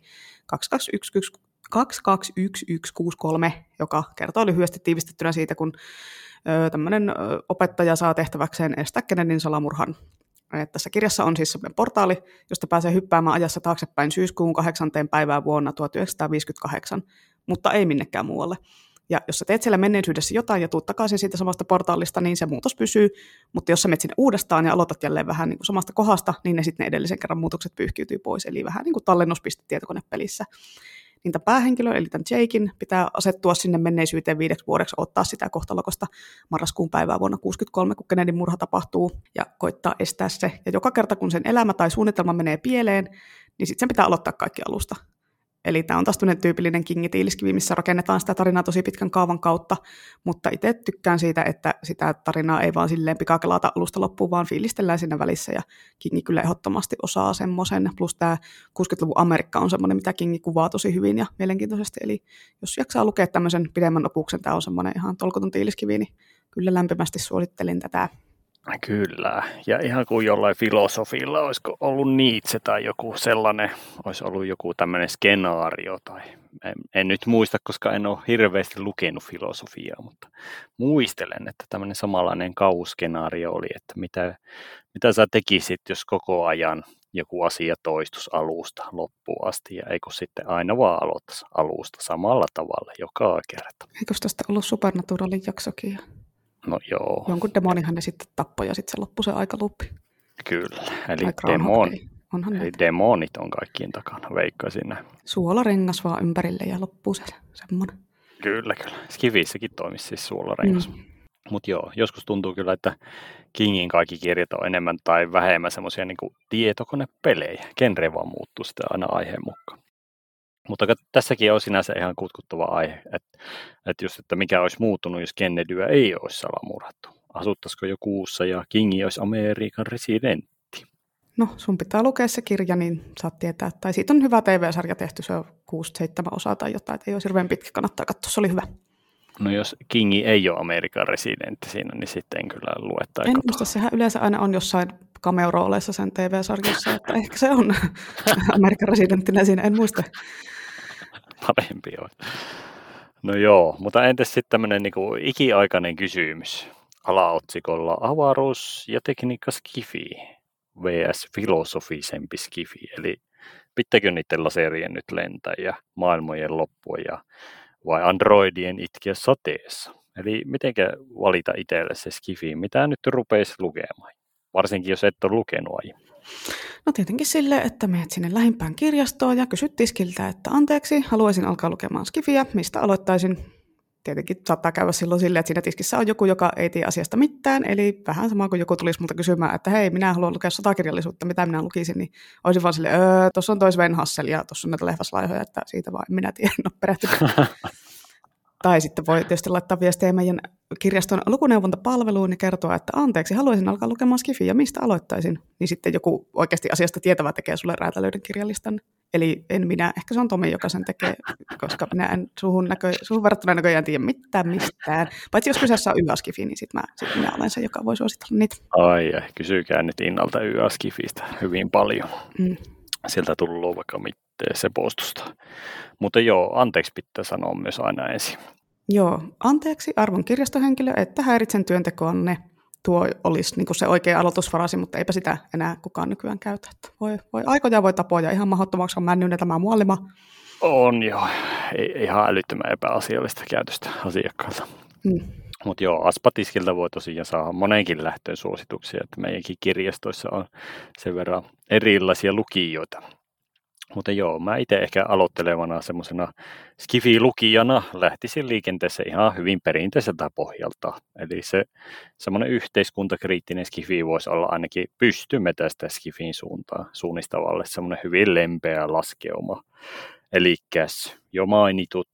221163, joka kertoo lyhyesti tiivistettynä siitä, kun tämmöinen opettaja saa tehtäväkseen estää Kennedyn salamurhan. Tässä kirjassa on siis semmoinen portaali, josta pääsee hyppäämään ajassa taaksepäin syyskuun 8. päivää vuonna 1958, mutta ei minnekään muualle. Ja jos sä teet siellä menneisyydessä jotain ja tuut takaisin siitä samasta portaalista, niin se muutos pysyy, mutta jos sä menet sinne uudestaan ja aloitat jälleen vähän niin kuin samasta kohdasta, niin ne sitten ne edellisen kerran muutokset pyyhkiytyy pois, eli vähän niin kuin tallennuspiste tietokonepelissä. Niin tämän päähenkilön, eli tämän Jaken, pitää asettua sinne menneisyyteen 5 vuodeksi, ottaa sitä kohtalokosta marraskuun päivää vuonna 1963, kun Kennedyn murha tapahtuu, ja koittaa estää se. Ja joka kerta, kun sen elämä tai suunnitelma menee pieleen, niin sitten sen pitää aloittaa kaikki alusta. Eli tämä on taas tyypillinen King-tiiliskivi, missä rakennetaan sitä tarinaa tosi pitkän kaavan kautta, mutta itse tykkään siitä, että sitä tarinaa ei vaan silleen pikakelata alusta loppuun, vaan fiilistellään siinä välissä, ja Kingi kyllä ehdottomasti osaa semmoisen, plus tämä 60-luvun Amerikka on semmoinen, mitä Kingi kuvaa tosi hyvin ja mielenkiintoisesti, eli jos jaksaa lukea tämmöisen pidemmän opuksen, tämä on semmoinen ihan tolkoton tiiliskivi, niin kyllä lämpimästi suosittelin tätä. Kyllä, ja ihan kuin jollain filosofilla, olisiko ollut Nietzsche tai joku sellainen, olisi ollut joku tämmöinen skenaario, tai en nyt muista, koska en ole hirveästi lukenut filosofiaa, mutta muistelen, että tämmöinen samanlainen kauhuskenaario oli, että mitä sä tekisit, jos koko ajan joku asia toistus alusta loppuun asti, ja eikö sitten aina vaan aloittaisi alusta samalla tavalla joka kerta. Eikö tästä ollut Supernaturalin jaksokin? No joo. Jonkun demonihan ne sitten tappoi ja sitten se loppui se aikaluuppi. Kyllä, eli demonit on kaikkien takana, veikkaisin näin. Suolarengas vaan ympärille ja loppuu se semmoinen. Kyllä. Skivissäkin toimisi siis suolarengas. Mutta joo, joskus tuntuu kyllä, että Kingin kaikki kirjat on enemmän tai vähemmän semmoisia niin kuin tietokonepelejä. Genre vaan muuttuu sitä aina aiheen mukaan. Mutta tässäkin on sinänsä ihan kutkuttava aihe, että just, että mikä olisi muuttunut, jos Kennedyä ei olisi salamurhattu. Asuttaisiko jo kuussa ja Kingi olisi Amerikan residentti? No, sun pitää lukea se kirja, niin saat tietää. Tai siitä on hyvä TV-sarja tehty, se on 6-7 osaa tai jotain, että ei ole hirveän pitkä, kannattaa katsoa, se oli hyvä. No jos Kingi ei ole Amerikan residentti siinä, niin sitten en kyllä lue tai en muista, sehän yleensä aina on jossain cameo-rooleissa sen TV-sarjassa, että ehkä se on Amerikan residenttinä siinä, en muista. Parempi on. No joo, mutta entäs sitten tämmöinen niinku ikiaikainen kysymys alaotsikolla avaruus ja tekniikka skifi vs. filosofisempi skifi, eli pitääkö niiden laserien nyt lentää ja maailmojen loppua ja vai androidien itkeä sateessa? Eli mitenkä valita itselle se skifi, mitä nyt rupeisi lukemaan, varsinkin jos et ole lukenut aiemmin? No tietenkin sille, että menet sinne lähimpään kirjastoon ja kysyt tiskiltä, että anteeksi, haluaisin alkaa lukemaan skifiä, mistä aloittaisin. Tietenkin saattaa käydä silloin silleen, että siinä tiskissä on joku, joka ei tiedä asiasta mitään, eli vähän sama kuin joku tulisi multa kysymään, että hei, minä haluan lukea sotakirjallisuutta, mitä minä lukisin, niin olisin vaan silleen, tuossa on toi Sven Hassel ja tuossa on näitä lehväslaihoja, että siitä vaan minä tiedän, no perehtynyt. Tai sitten voi tietysti laittaa viestiä meidän kirjaston lukuneuvontapalveluun ja kertoa, että anteeksi, haluaisin alkaa lukemaan skifiä, mistä aloittaisin? Niin sitten joku oikeasti asiasta tietävä tekee sulle räätälöiden kirjalistan. Eli en minä, ehkä se on Tomi, joka sen tekee, koska minä en suhun verrattuna näköjään tiedä mitään mistään. Paitsi jos kyseessä on YA-skifi, niin sitten minä olen se, joka voi suositella niitä. Ai, kysykää nyt Innalta YA-skifistä hyvin paljon. Sieltä tullut vaikka mitään se postusta. Mutta joo, anteeksi pitää sanoa myös aina ensin. Joo, anteeksi arvon kirjastohenkilö, että häiritsen työntekoonne. Tuo olisi niin kuin se oikea aloitusfraasi, mutta eipä sitä enää kukaan nykyään käytä. Voi aikoja, voi tapoja, ihan mahdottomaksi on männyt tämä muolima. On joo, ihan älyttömän epäasiallista käytöstä asiakkaalta. Mutta joo, Aspatiskilta voi tosiaan saada monenkin lähtöön suosituksia, että meidänkin kirjastoissa on sen verran erilaisia lukijoita. Mutta joo, mä itse ehkä aloittelevana semmoisena skifi-lukijana lähtisin liikenteessä ihan hyvin perinteiseltä pohjalta. Eli se semmoinen yhteiskuntakriittinen skifi voisi olla ainakin pystymme tästä skifin suunnistavalle semmoinen hyvin lempeä laskeuma. Elikkäs jo mainitut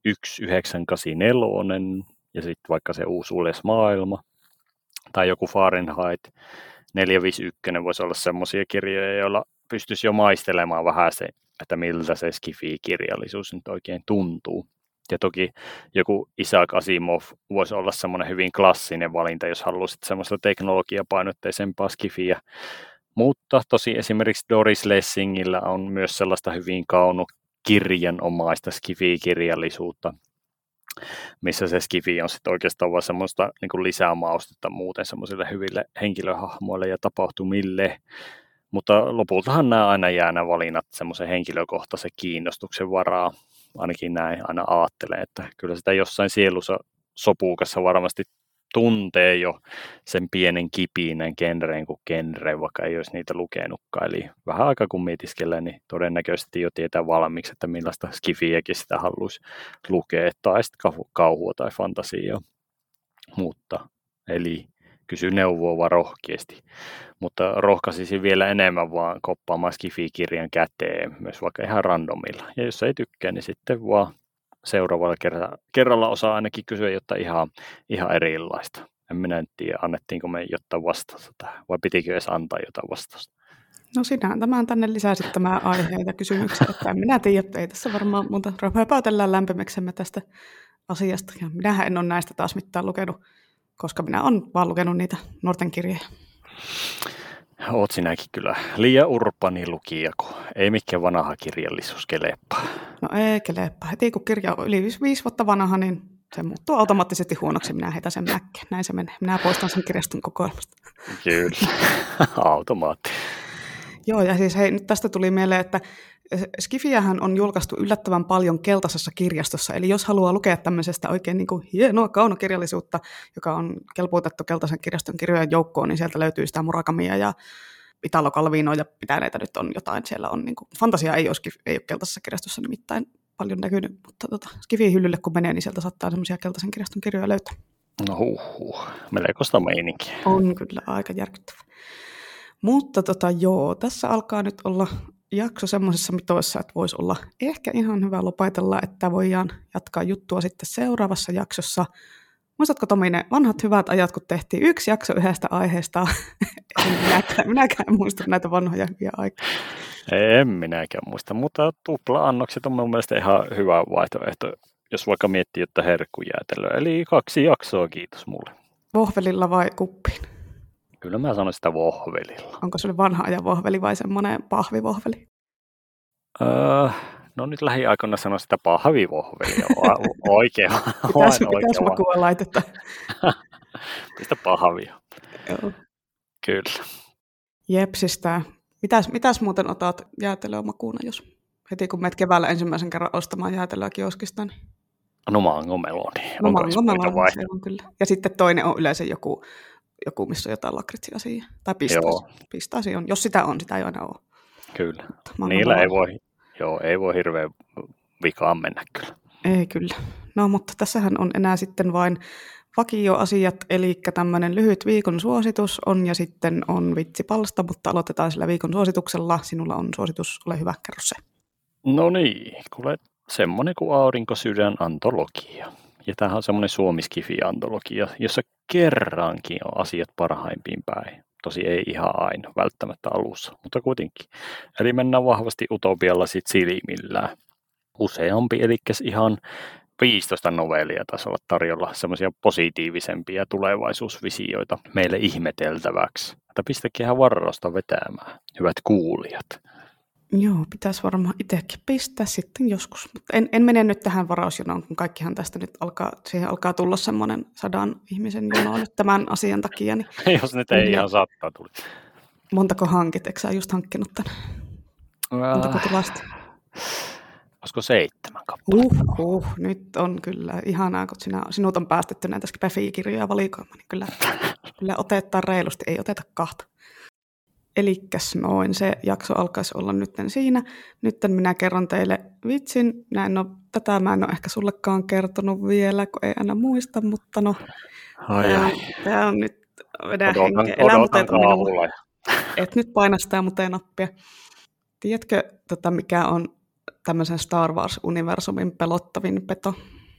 1984 ja sitten vaikka se uusi Ules maailma tai joku Fahrenheit 451 voisi olla semmoisia kirjoja, joilla pystyisi jo maistelemaan vähän se, että miltä se skifi-kirjallisuus nyt oikein tuntuu. Ja toki joku Isaac Asimov voisi olla semmoinen hyvin klassinen valinta, jos haluaisit semmoista teknologiapainotteisempaa skifiä. Mutta tosi esimerkiksi Doris Lessingillä on myös sellaista hyvin kaunokirjanomaista skifi-kirjallisuutta, missä se skifi on sitten oikeastaan vaan semmoista niin kuin lisämaustetta muuten semmoisille hyville henkilöhahmoille ja tapahtumille. Mutta lopultahan nämä aina jää nämä valinnat semmoisen henkilökohtaisen kiinnostuksen varaa. Ainakin näin aina ajattelen, että kyllä sitä jossain sielussa sopuukassa varmasti tuntee jo sen pienen kipinän genreen kuin genre, vaikka ei olisi niitä lukenutkaan. Eli vähän aikaa kun mietiskelee, niin todennäköisesti jo tietää valmiiksi, että millaista skifiäkin sitä haluaisi lukea, tai sitten kauhua tai fantasiaa. Mutta eli kysy neuvoa vaan rohkeasti, mutta rohkaisisin vielä enemmän vaan koppaamaan skifi-kirjan käteen, myös vaikka ihan randomilla. Ja jos ei tykkää, niin sitten vaan seuraavalla kerralla osaa ainakin kysyä jotain ihan erilaista. En minä tiedä, annettiinko me jotain vastausta tähän, vai pitikö edes antaa jotain vastausta. No sinähän tämän tänne lisäsit tämä aiheita kysymyksiä, että en minä tiedä, että ei tässä varmaan muuta höpäytellään lämpimiksemme tästä asiasta. Ja minähän en ole näistä taas mitään lukenut, koska minä olen vaan lukenut niitä nuorten kirjoja. Oot sinäkin kyllä liian urbani lukija, kun ei mikään vanha kirjallisuus keleppaa. No ei keleppaa. Heti kun kirja on yli 5 vuotta vanha, niin se muuttuu automaattisesti huonoksi. Minä heitän sen mäkkeen. Näin se menee. Minä poistan sen kirjaston kokoelmasta. Kyllä, automaatti. Joo, ja siis hei, nyt tästä tuli mieleen, että Skifiähän on julkaistu yllättävän paljon keltaisessa kirjastossa, eli jos haluaa lukea tämmöisestä oikein niin kuin hienoa kaunokirjallisuutta, joka on kelpuutettu keltaisen kirjaston kirjojen joukkoon, niin sieltä löytyy sitä Murakamia ja Italo Calvinoa ja mitä näitä nyt on jotain. Siellä on niin kuin, fantasia ei ole keltaisessa kirjastossa nimittäin paljon näkynyt, mutta Skifi-hyllylle kun menee, niin sieltä saattaa semmoisia keltaisen kirjaston kirjoja löytää. No melkoista meininkiä. On kyllä aika järkyttävä. Mutta joo, tässä alkaa nyt olla jakso semmoisessa mitoissa, että voisi olla ehkä ihan hyvä lopetella, että voidaan jatkaa juttua sitten seuraavassa jaksossa. Muistatko Tomi ne vanhat hyvät ajat, kun tehtiin 1 jakso yhdestä aiheesta? minäkään muista näitä vanhoja hyviä aikoja. En minäkään muista, mutta tupla-annokset on mun mielestä ihan hyvä vaihtoehto, jos vaikka miettii, että herkkujäätelöä. Eli 2 jaksoa, kiitos mulle. Vohvelilla vai kuppiin? Kyllä mä sanoin sitä vohvelilla. Onko se vanha ajan vohveli vai semmoinen pahvivohveli? No nyt lähiaikoina sanon sitä pahvivohvelia. Oikein. Pitäisi makua laitetta. Pistä pahvia. Joo. Kyllä. Jepsistä. Mitäs muuten otat jäätelöä makuuna, jos heti kun menet keväällä ensimmäisen kerran ostamaan jäätelöä kioskista? Niin... No mangomeloni. No mangomeloni, se on kyllä. Ja sitten toinen on yleensä joku missä on jotain lakritsiasia. Tai pistaasi on. Jos sitä on, sitä ei aina ole. Kyllä. Niillä ei voi hirveän vikaan mennä kyllä. Ei kyllä. No mutta tässähän on enää sitten vain vakioasiat, eli tämmöinen lyhyt viikon suositus on ja sitten on vitsipalsta, mutta aloitetaan sillä viikon suosituksella. Sinulla on suositus, ole hyvä, kerro se. No niin, kuule semmoinen kuin Aurinkosydän antologia. Ja tämähän on semmoinen Suomi-skifi-antologia, jossa kerrankin on asiat parhaimpiin päin. Tosi ei ihan aina välttämättä alussa, mutta kuitenkin. Eli mennään vahvasti utopialla sit silmillään. Useampi, eli ihan 15 novellia taisi olla tarjolla, semmoisia positiivisempia tulevaisuusvisioita meille ihmeteltäväksi. Mutta pistäkin ihan varrosta vetämään, hyvät kuulijat. Joo, pitäisi varmaan itsekin pistää sitten joskus. Mutta en mene nyt tähän varausjonoon, kun kaikkihan tästä nyt siihen alkaa tulla semmoinen 100 ihmisen jono nyt tämän asian takia. Niin jos nyt ei ihan sattaa tuli. Montako hankit? Eikö sä just hankkinut tänne? Montako tilasta? Olisiko 7 kappaletta? Nyt on kyllä ihanaa, kun sinut on päästetty näitä Spefi-kirjoja valikoimaan, niin kyllä otetaan reilusti, ei oteta 2. Elikkäs noin, se jakso alkaisi olla nytten siinä. Nytten minä kerron teille vitsin. Tätä mä en ole ehkä sullekaan kertonut vielä, kun ei aina muista, mutta no. Tämä on nyt vedä henkeä. Odotan kaavulla. Et nyt paina sitä muteen-nappia. Tiedätkö, mikä on tämmöisen Star Wars-universumin pelottavin peto?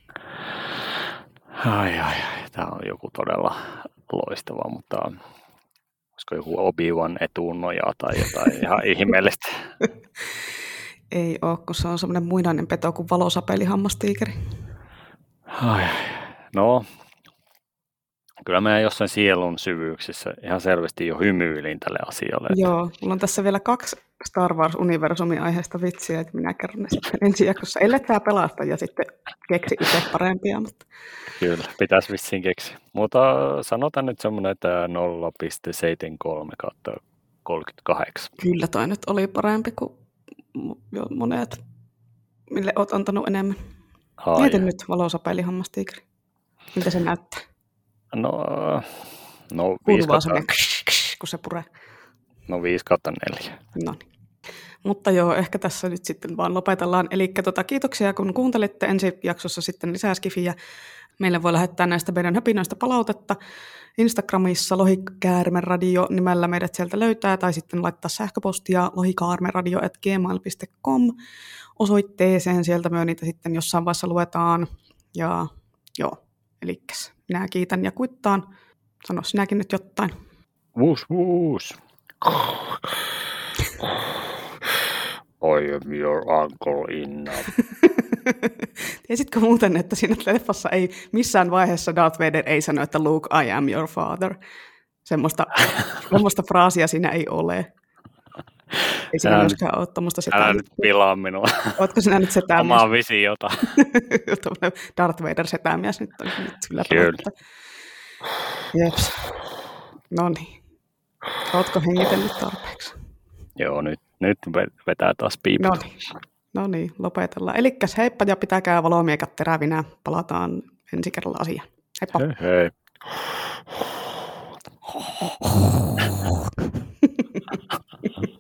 Tämä on joku todella loistava, mutta olisiko joku Obi-Wan etuunnojaa tai jotain ihan ihmeellistä? Ei ole, kun se on semmoinen muinainen peto kuin valosapelihammastiikeri. No, kyllä mä jossain sielun syvyyksissä ihan selvästi jo hymyilin tälle asialle. Joo, mulla on tässä vielä 2 Star Wars-universumin aiheesta vitsiä, että minä kerron ne sitten ensi jaksossa. Ellei tämä pelasta ja sitten keksi itse parempia. Mutta... Kyllä, pitäisi vissiin keksiä. Mutta sanotaan nyt semmoinen, että 0,73/38. Kyllä toi nyt oli parempi kuin monet, mille olet antanut enemmän. Mietin nyt valosapelihammastiikeri. Miltä se näyttää? No kun se puree. No 5/4. No niin. Mutta joo, ehkä tässä nyt sitten vaan lopetellaan. Eli kiitoksia, kun kuuntelitte. Ensi jaksossa sitten lisää skifiä. Meille voi lähettää näistä meidän höpinöistä palautetta. Instagramissa lohikäärmeradio nimellä meidät sieltä löytää, tai sitten laittaa sähköpostia lohikaarmeradio@gmail.com osoitteeseen. Sieltä me niitä sitten jossain vaiheessa luetaan. Ja joo, elikkäs minä kiitän ja kuittaan. Sano sinäkin nyt jotain. Wuus. I am your uncle Inna. Tiesitkö muuten, että siinä leffassa ei missään vaiheessa Darth Vader ei sano, että Luke, I am your father. Semmoista fraasia siinä ei ole. Ei siinä myöskään ole tuommoista setää. Älä nyt pilaa minua. Ootko sinä nyt setäämies? Omaa visiota. Darth Vader setäämies nyt on kyllä. Jeps. Noniin. Ootko hengitellyt tarpeeksi? Joo, nyt vetää taas piiput. No niin, lopetellaan. Elikkäs heippa ja pitäkää valomiekat terävinä. Palataan ensi kerralla asiaan. Heippa. Hei.